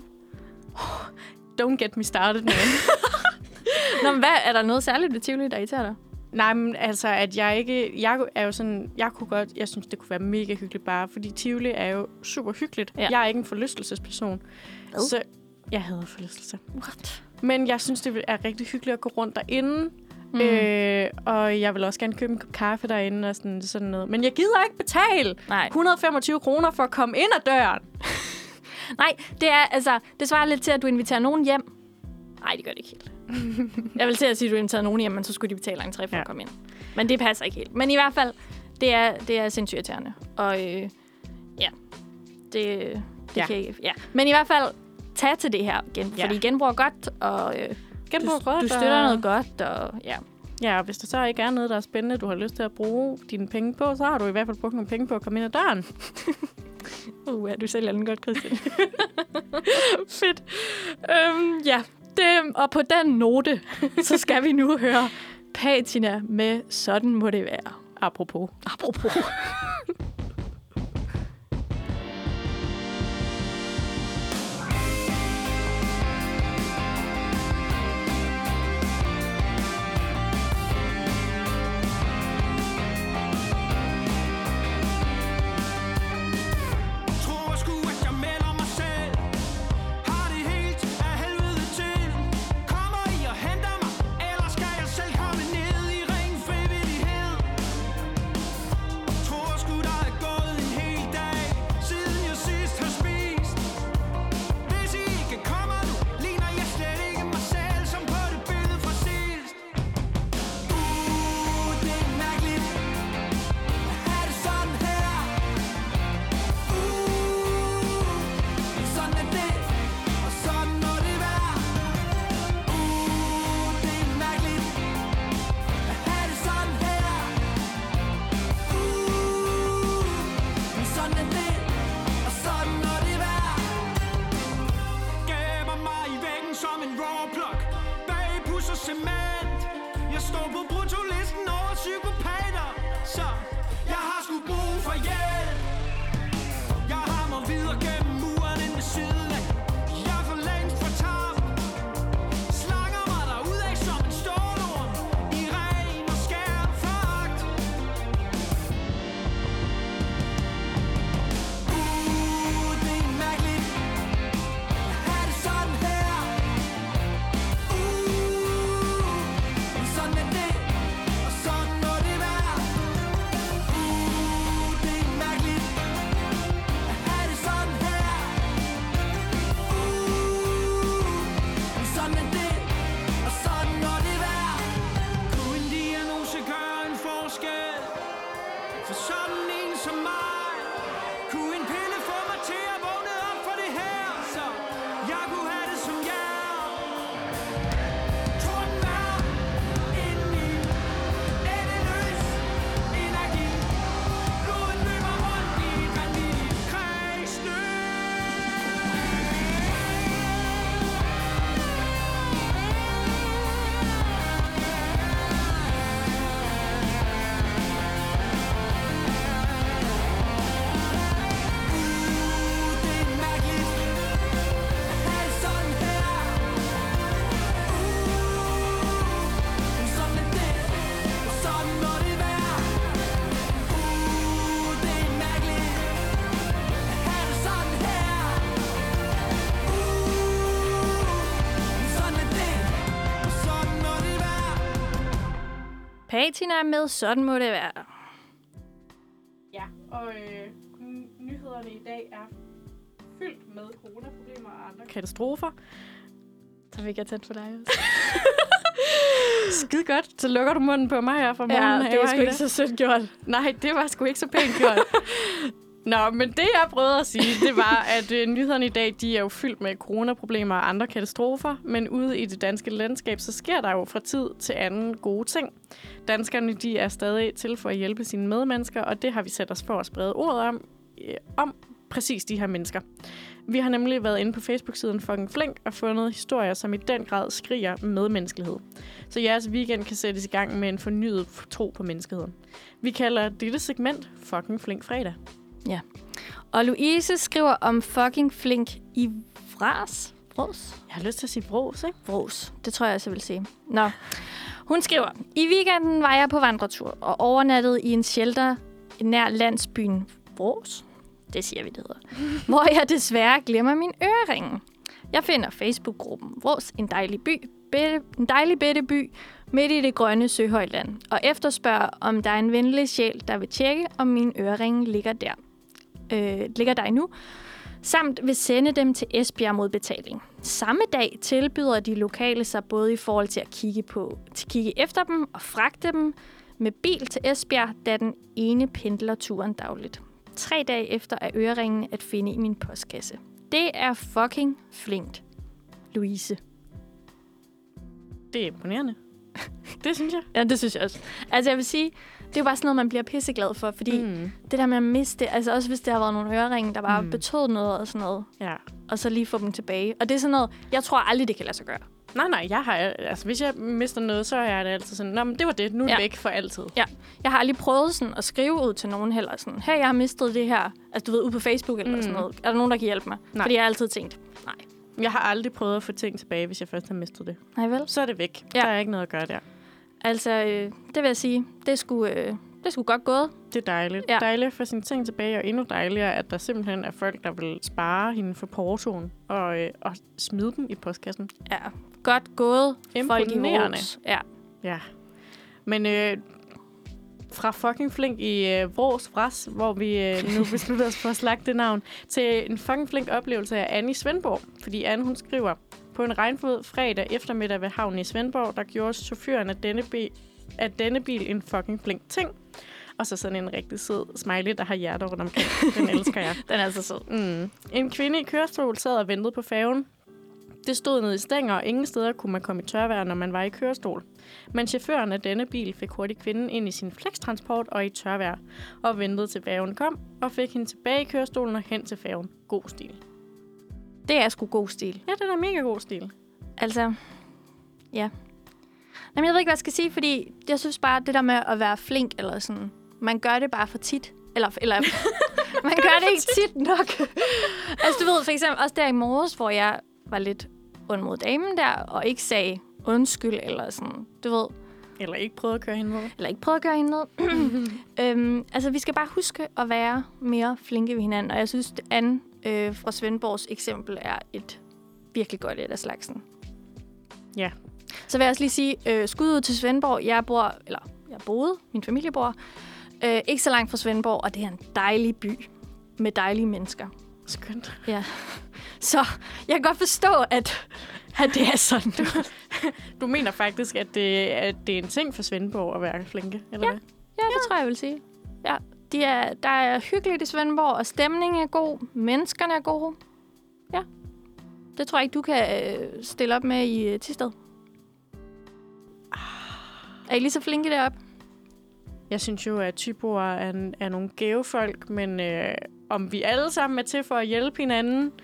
Don't get me started, man.
Nå, men hvad? Er der noget særligt ved Tivoli, der irriterer dig?
Nej, men altså, at jeg ikke... Jeg er jo sådan... Jeg synes, det kunne være mega hyggeligt bare, fordi Tivoli er jo super hyggeligt. Ja. Jeg er ikke en forlystelsesperson. Så jeg hader forlystelse.
What?
Men jeg synes, det er rigtig hyggeligt at gå rundt derinde. Og jeg vil også gerne købe en kop kaffe derinde og sådan noget. Men jeg gider ikke betale 125 kroner for at komme ind ad døren.
Nej, det svarer lidt til, at du inviterer nogen hjem. Nej, det gør det ikke helt. Jeg vil til at sige, at du inviterer nogen hjem, men så skulle de betale entré for at komme ind. Men det passer ikke helt. Men i hvert fald, det er sindssygt irriterende. Og det kan ikke... Ja. Men i hvert fald, tag til det her igen. Fordi genbrug er godt, og du støtter noget godt. Og,
ja, og hvis der så ikke er noget, der er spændende, du har lyst til at bruge dine penge på, så har du i hvert fald brugt nogle penge på at komme ind ad døren.
Du sælger den godt, Kristin. Fedt. Og på den note, så skal vi nu høre Patina med Sådan må det være.
Apropos.
Tror sgu
Martina er med. Sådan må det være.
Ja, og nyhederne i dag er fyldt med coronaproblemer og andre katastrofer.
Så fik jeg tæt for dig også.
Skide godt. Så lukker du munden på mig her fra morgenen.
Ja, det er sgu ikke så sødt gjort.
Nej, det var sgu ikke så pænt gjort. Nå, men det jeg prøvede at sige, det var, at nyhederne i dag, de er jo fyldt med coronaproblemer og andre katastrofer, men ude i det danske landskab, så sker der jo fra tid til anden gode ting. Danskerne, de er stadig til for at hjælpe sine medmennesker, og det har vi sat os for at sprede ordet om præcis de her mennesker. Vi har nemlig været inde på Facebook-siden Fucking Flink og fundet historier, som i den grad skriger medmenneskelighed. Så jeres weekend kan sættes i gang med en fornyet tro på menneskeheden. Vi kalder dette segment Fucking Flink fredag.
Ja. Og Louise skriver om Fucking Flink i Vros.
Jeg har lyst til at sige Vros, ikke?
Vros. Det tror jeg også, jeg vil sige. Nå. Hun skriver, i weekenden var jeg på vandretur og overnattede i en shelter nær landsbyen Vros. Det siger vi, det hedder. Hvor jeg desværre glemmer min øreringe. Jeg finder Facebook-gruppen Vros, en dejlig bitte by midt i det grønne Søhøjland, og efterspørger, om der er en venlig sjæl, der vil tjekke, om min øreringe ligger der endnu, samt vil sende dem til Esbjerg mod betaling. Samme dag tilbyder de lokale sig både i forhold til at kigge efter dem og fragte dem med bil til Esbjerg, da den ene pendler turen dagligt. 3 dage efter er øreringen at finde i min postkasse. Det er fucking flinkt, Louise.
Det er imponerende. Det synes jeg.
Ja, det synes jeg også. Altså, jeg vil sige, det er jo bare sådan noget, man bliver pisseglad for, fordi det der med at miste, altså også hvis det har været nogle øreringe, der bare betød noget og sådan noget, og så lige få dem tilbage. Og det er sådan noget, jeg tror aldrig, det kan lade sig gøre.
Nej, hvis jeg mister noget, så er det altid sådan, nå, men det var det, nu er det væk for altid.
Ja, jeg har aldrig prøvet sådan at skrive ud til nogen heller sådan, hey, jeg har mistet det her, altså du ved, ude på Facebook eller sådan noget. Er der nogen, der kan hjælpe mig?
Nej.
Fordi jeg har altid tænkt, nej.
Jeg har aldrig prøvet at få ting tilbage, hvis jeg først har mistet det.
Nej vel?
Så er det væk. Ja. Der er ikke noget at gøre der.
Altså, det vil jeg sige, det er sgu godt gået.
Det er dejligt. Ja. Dejligt at få sine ting tilbage, og endnu dejligere, at der simpelthen er folk, der vil spare hende for portoen og smide dem i postkassen.
Ja, godt gået.
Imponerende.
Folk i
ja. Men fra fucking flink i Vros, hvor vi nu beslutter os for at slagte det navn, til en fucking flink oplevelse af Anne i Svendborg. Fordi Anne, hun skriver, på en regnfuld fredag eftermiddag ved havnen i Svendborg, der gjorde chaufføren af denne bil en fucking flink ting. Og så sådan en rigtig sød smiley, der har hjerter rundt omkring. Den elsker jeg.
Den er så sød.
En kvinde i kørestol sad og ventede på færgen. Det stod nede i stænger, og ingen steder kunne man komme i tørvejr, når man var i kørestol. Men chaufføren af denne bil fik hurtigt kvinden ind i sin flextransport og i tørvejr, og ventede til færgen kom, og fik hende tilbage i kørestolen og hen til færgen. God stil.
Det er sgu god stil.
Ja, det er mega god stil.
Altså, ja. Jamen, jeg ved ikke, hvad jeg skal sige, fordi jeg synes bare, det der med at være flink, eller sådan, man gør det bare for tit. Eller man gør det ikke tit nok. Altså, du ved, for eksempel også der i morges, hvor jeg var lidt ond mod damen der, og ikke sagde undskyld, eller sådan, du ved.
Eller ikke prøvede at køre hende ned.
Altså, vi skal bare huske at være mere flinke ved hinanden, og jeg synes, at Anne fra Svendborgs eksempel er et virkelig godt et af slagsen.
Ja.
Så vil jeg også lige sige, skud ud til Svendborg. Jeg boede, min familie bor, ikke så langt fra Svendborg, og det er en dejlig by med dejlige mennesker.
Skønt.
Ja. Så jeg kan godt forstå, at det er sådan.
Du mener faktisk, at det er en ting for Svendborg at være flinke, eller hvad?
Ja, det tror jeg, vil sige. Ja, der er hyggeligt i Svendborg, og stemningen er god, menneskerne er gode. Ja. Det tror jeg ikke, du kan stille op med i Thisted. Er I lige så flinke deroppe?
Jeg synes jo, at tyboer er nogle gave-folk, men om vi alle sammen er til for at hjælpe hinanden,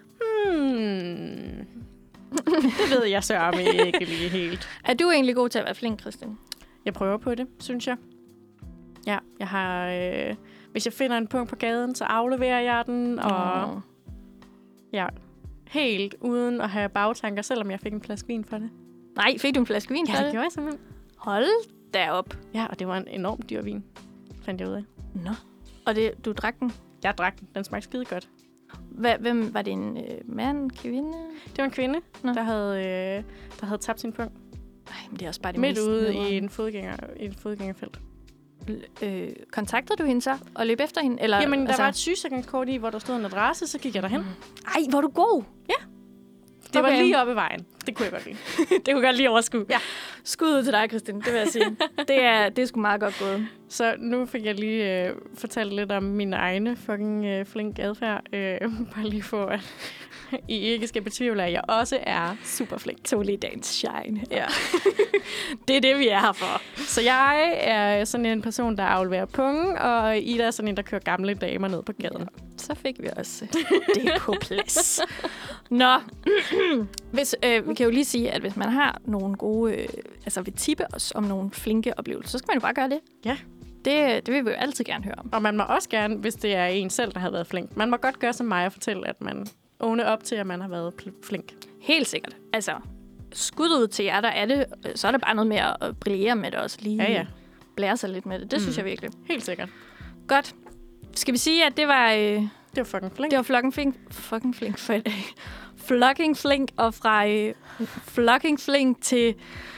det ved jeg så ikke lige helt.
Er du egentlig god til at være flink, Christian?
Jeg prøver på det, synes jeg. Ja, jeg har... hvis jeg finder en punkt på gaden, så afleverer jeg den, og... Ja, helt uden at have bagtanker, selvom jeg fik en flaske vin for det.
Nej, fik du en flaske vin for det?
Ja, det gjorde jeg simpelthen.
Hold da op.
Ja, og det var en enormt dyr vin, fandt jeg ud af.
Nå. Og du drak den?
Jeg drak den. Den smagte skide godt.
Hvem var det, en mand, kvinde?
Det var en kvinde, der havde tabt sin punkt.
Ej, Det er også bare det
midt
mest
ude
nederen.
i et fodgængerfelt.
Kontaktede du hende så og løb efter hende? Eller,
Jamen, der var et sygesikringskort i, hvor der stod en adresse, så gik jeg derhen.
Ej, hvor er du god.
Ja. Det var lige oppe i vejen. Det kunne jeg godt lide.
Det kunne godt lige overskue.
Ja.
Skud ud til dig, Kristin, det vil jeg sige. det er sgu meget godt gået.
Så nu fik jeg lige fortalt lidt om min egne fucking flink adfærd. Bare lige for, at I ikke skal betvivle, at jeg også er super flink.
Totally dance shine.
Ja.
Det er det, vi er her for.
Så jeg er sådan en person, der afleverer pungen, og Ida er sådan en, der kører gamle damer ned på gaden.
Ja, så fik vi også det på plads. Nå, vi kan jo lige sige, at hvis man har nogle gode, vil tippe os om nogle flinke oplevelser, så skal man jo bare gøre det.
Ja.
Det vil vi jo altid gerne høre om.
Og man må også gerne, hvis det er en selv, der har været flink, man må godt gøre som mig og fortælle, at man åne op til, at man har været flink.
Helt sikkert. Altså, skud ud til jer, der er det, så er det bare noget med at brillere med det også. Lige blære sig lidt med det. Det synes jeg virkelig.
Helt sikkert.
Godt. Skal vi sige, at det var...
det var fucking flink.
Det var fucking flink for i dag. Fucking flink, og fra fucking flink til...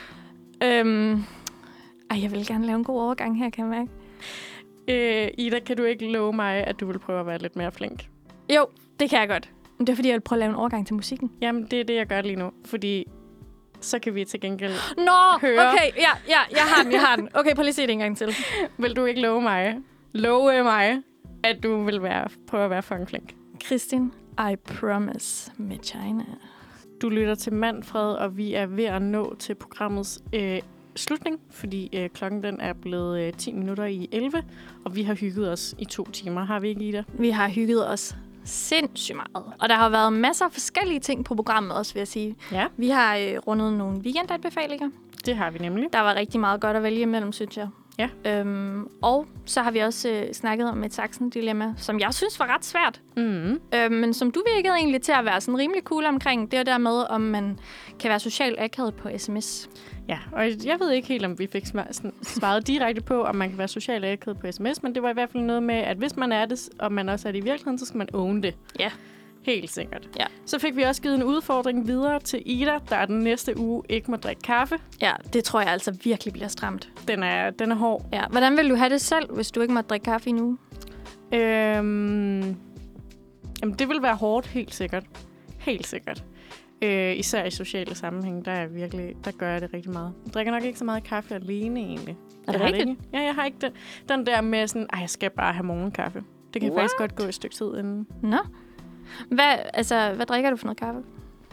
jeg vil gerne lave en god overgang her, kan jeg mærke.
Ida, kan du ikke love mig, at du vil prøve at være lidt mere flink?
Jo, det kan jeg godt. Men det er, fordi jeg vil prøve at lave en overgang til musikken.
Jamen, det er det, jeg gør lige nu. Fordi så kan vi til gengæld
høre... Okay, ja, jeg har den. Okay, prøv lige at se det en gang til.
Vil du ikke love mig, at du vil prøve at være fucking flink?
Kristin, I promise med China.
Du lytter til Manfred, og vi er ved at nå til programmets slutning, fordi klokken den er blevet 10 minutter i 11, og vi har hygget os i 2 timer. Har vi ikke, Ida?
Vi har hygget os sindssygt meget. Og der har været masser af forskellige ting på programmet også, vil jeg sige.
Ja.
Vi har rundet nogle weekendanbefalinger.
Det har vi nemlig.
Der var rigtig meget godt at vælge imellem, synes jeg.
Ja.
Og så har vi også snakket om et Saxen-dilemma, som jeg synes var ret svært. Men som du virkede egentlig til at være sådan rimelig cool omkring. Det er der med, om man kan være socialt akavet på sms.
Ja, og jeg ved ikke helt, om vi fik svaret direkte på, om man kan være socialt akavet på sms, men det var i hvert fald noget med, at hvis man er det, og man også er det i virkeligheden, så skal man own det.
Ja.
Helt sikkert.
Ja.
Så fik vi også givet en udfordring videre til Ida, der den næste uge ikke må drikke kaffe.
Ja, det tror jeg altså virkelig bliver stramt.
Den er hård.
Ja. Hvordan vil du have det selv, hvis du ikke må drikke kaffe i en uge?
Jamen, det vil være hårdt, helt sikkert. Helt sikkert. Især i sociale sammenhæng, der gør jeg det rigtig meget. Jeg drikker nok ikke så meget kaffe alene, egentlig.
Er det rigtigt?
Ja, jeg har ikke den der med sådan, jeg skal bare have morgenkaffe. Det kan faktisk godt gå et stykke tid inden.
Nå. Hvad drikker du for noget kaffe?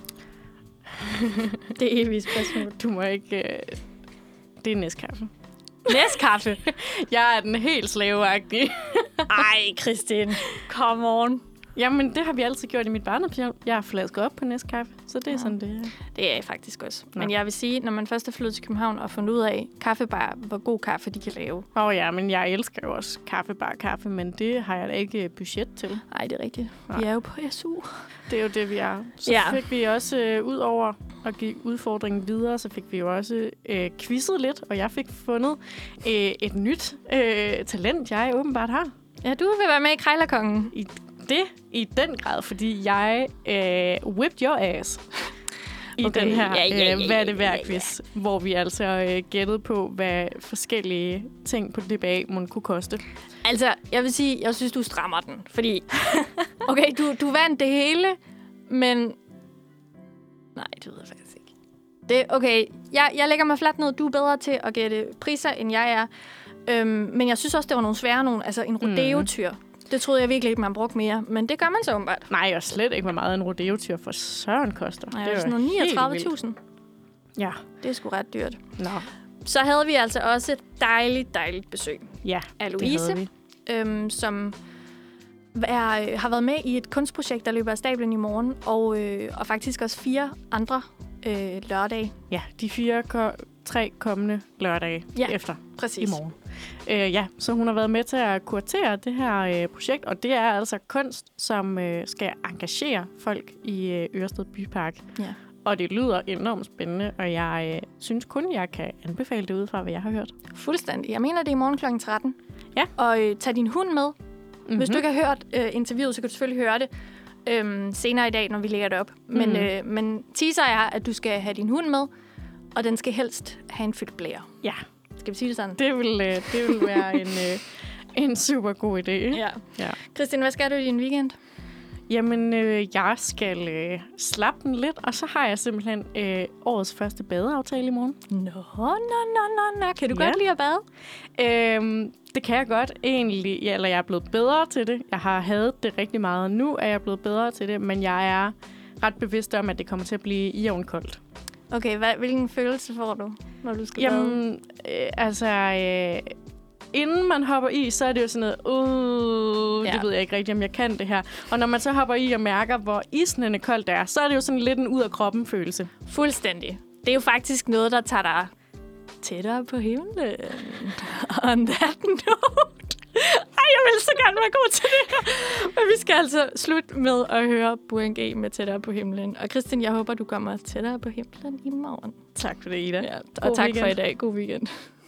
Det er evigt spørgsmål.
Du må ikke... Det er Nescafé.
Nescafé?
Jeg er den helt slaveagtige.
Ej, Kristin. Come on.
Jamen, det har vi altid gjort i mit barndomshjem. Jeg har flasket op på Nescafé, så det er sådan, det er.
Det er jeg faktisk også. Nå. Men jeg vil sige, når man først er flyttet til København og fundet ud af kaffebar, hvor god kaffe de kan lave.
Ja, men jeg elsker jo også kaffe, men det har jeg da ikke budget til.
Nej, det er rigtigt. Vi er jo på SU.
Det er jo det, vi er. Så fik vi også, ud over at give udfordringen videre, så fik vi jo også quizzet lidt, og jeg fik fundet et nyt talent, jeg åbenbart har.
Ja, du vil være med i Krejlerkongen.
I den grad, fordi jeg whipped your ass i den her hvad er det værd quiz, hvor vi altså gættede på, hvad forskellige ting på DBA må kunne koste.
Altså, jeg vil sige, jeg synes, du strammer den, fordi okay, du vandt det hele, men nej, det ved jeg faktisk ikke. Okay, jeg lægger mig fladt ned. Du er bedre til at gætte priser, end jeg er. Men jeg synes også, det var nogle svære altså en rodeo-tyr. Det troede jeg virkelig ikke, man brugte mere, men det gør man så åbenbart.
Nej, og slet ikke, hvor meget en rodeo-tyr for søren koster.
Nej, det er sådan noget 39.000.
Ja.
Det er sgu ret dyrt.
Nå.
Så havde vi altså også et dejligt besøg af Louise, som har været med i et kunstprojekt, der løber af stablen i morgen, og faktisk også 4 andre lørdage.
Ja, de 3 kommende lørdage efter
præcis.
I morgen. Så hun har været med til at kuratere det her projekt, og det er altså kunst, som skal engagere folk i Ørsted Bypark.
Ja.
Og det lyder enormt spændende, og jeg synes kun, jeg kan anbefale det ud fra, hvad jeg har hørt.
Fuldstændig. Jeg mener, det er i morgen kl. 13.
Ja.
Og tag din hund med. Mm-hmm. Hvis du ikke har hørt interviewet, så kan du selvfølgelig høre det senere i dag, når vi lægger det op. Men teaser er, at du skal have din hund med, Og den skal helst have en fyldt blære.
Ja.
Skal vi sige det sådan?
Det vil være en super god idé.
Ja. Kristin, hvad skal du i din weekend?
Jamen, jeg skal slappe den lidt, og så har jeg simpelthen årets første badeaftale i morgen.
Nå. Kan du godt lide at bade?
Det kan jeg godt egentlig. Ja, eller jeg er blevet bedre til det. Jeg har hadet det rigtig meget, og nu er jeg blevet bedre til det, men jeg er ret bevidst om, at det kommer til at blive jævnkoldt.
Okay, hvilken følelse får du, når du skal bade?
Jamen, inden man hopper i, så er det jo sådan noget, det ved jeg ikke rigtigt, om jeg kan det her. Og når man så hopper i og mærker, hvor isnende koldt det er, så er det jo sådan lidt en ud-af-kroppen-følelse.
Fuldstændig. Det er jo faktisk noget, der tager dig tættere på himlen. On that note. Ej, jeg vil så gerne være god til det her. Men vi skal altså slutte med at høre Burhan G med Tættere på himlen. Og Kristin, jeg håber, du kommer tættere på himlen i morgen.
Tak for det, Ida.
Ja, og tak for i dag. God weekend.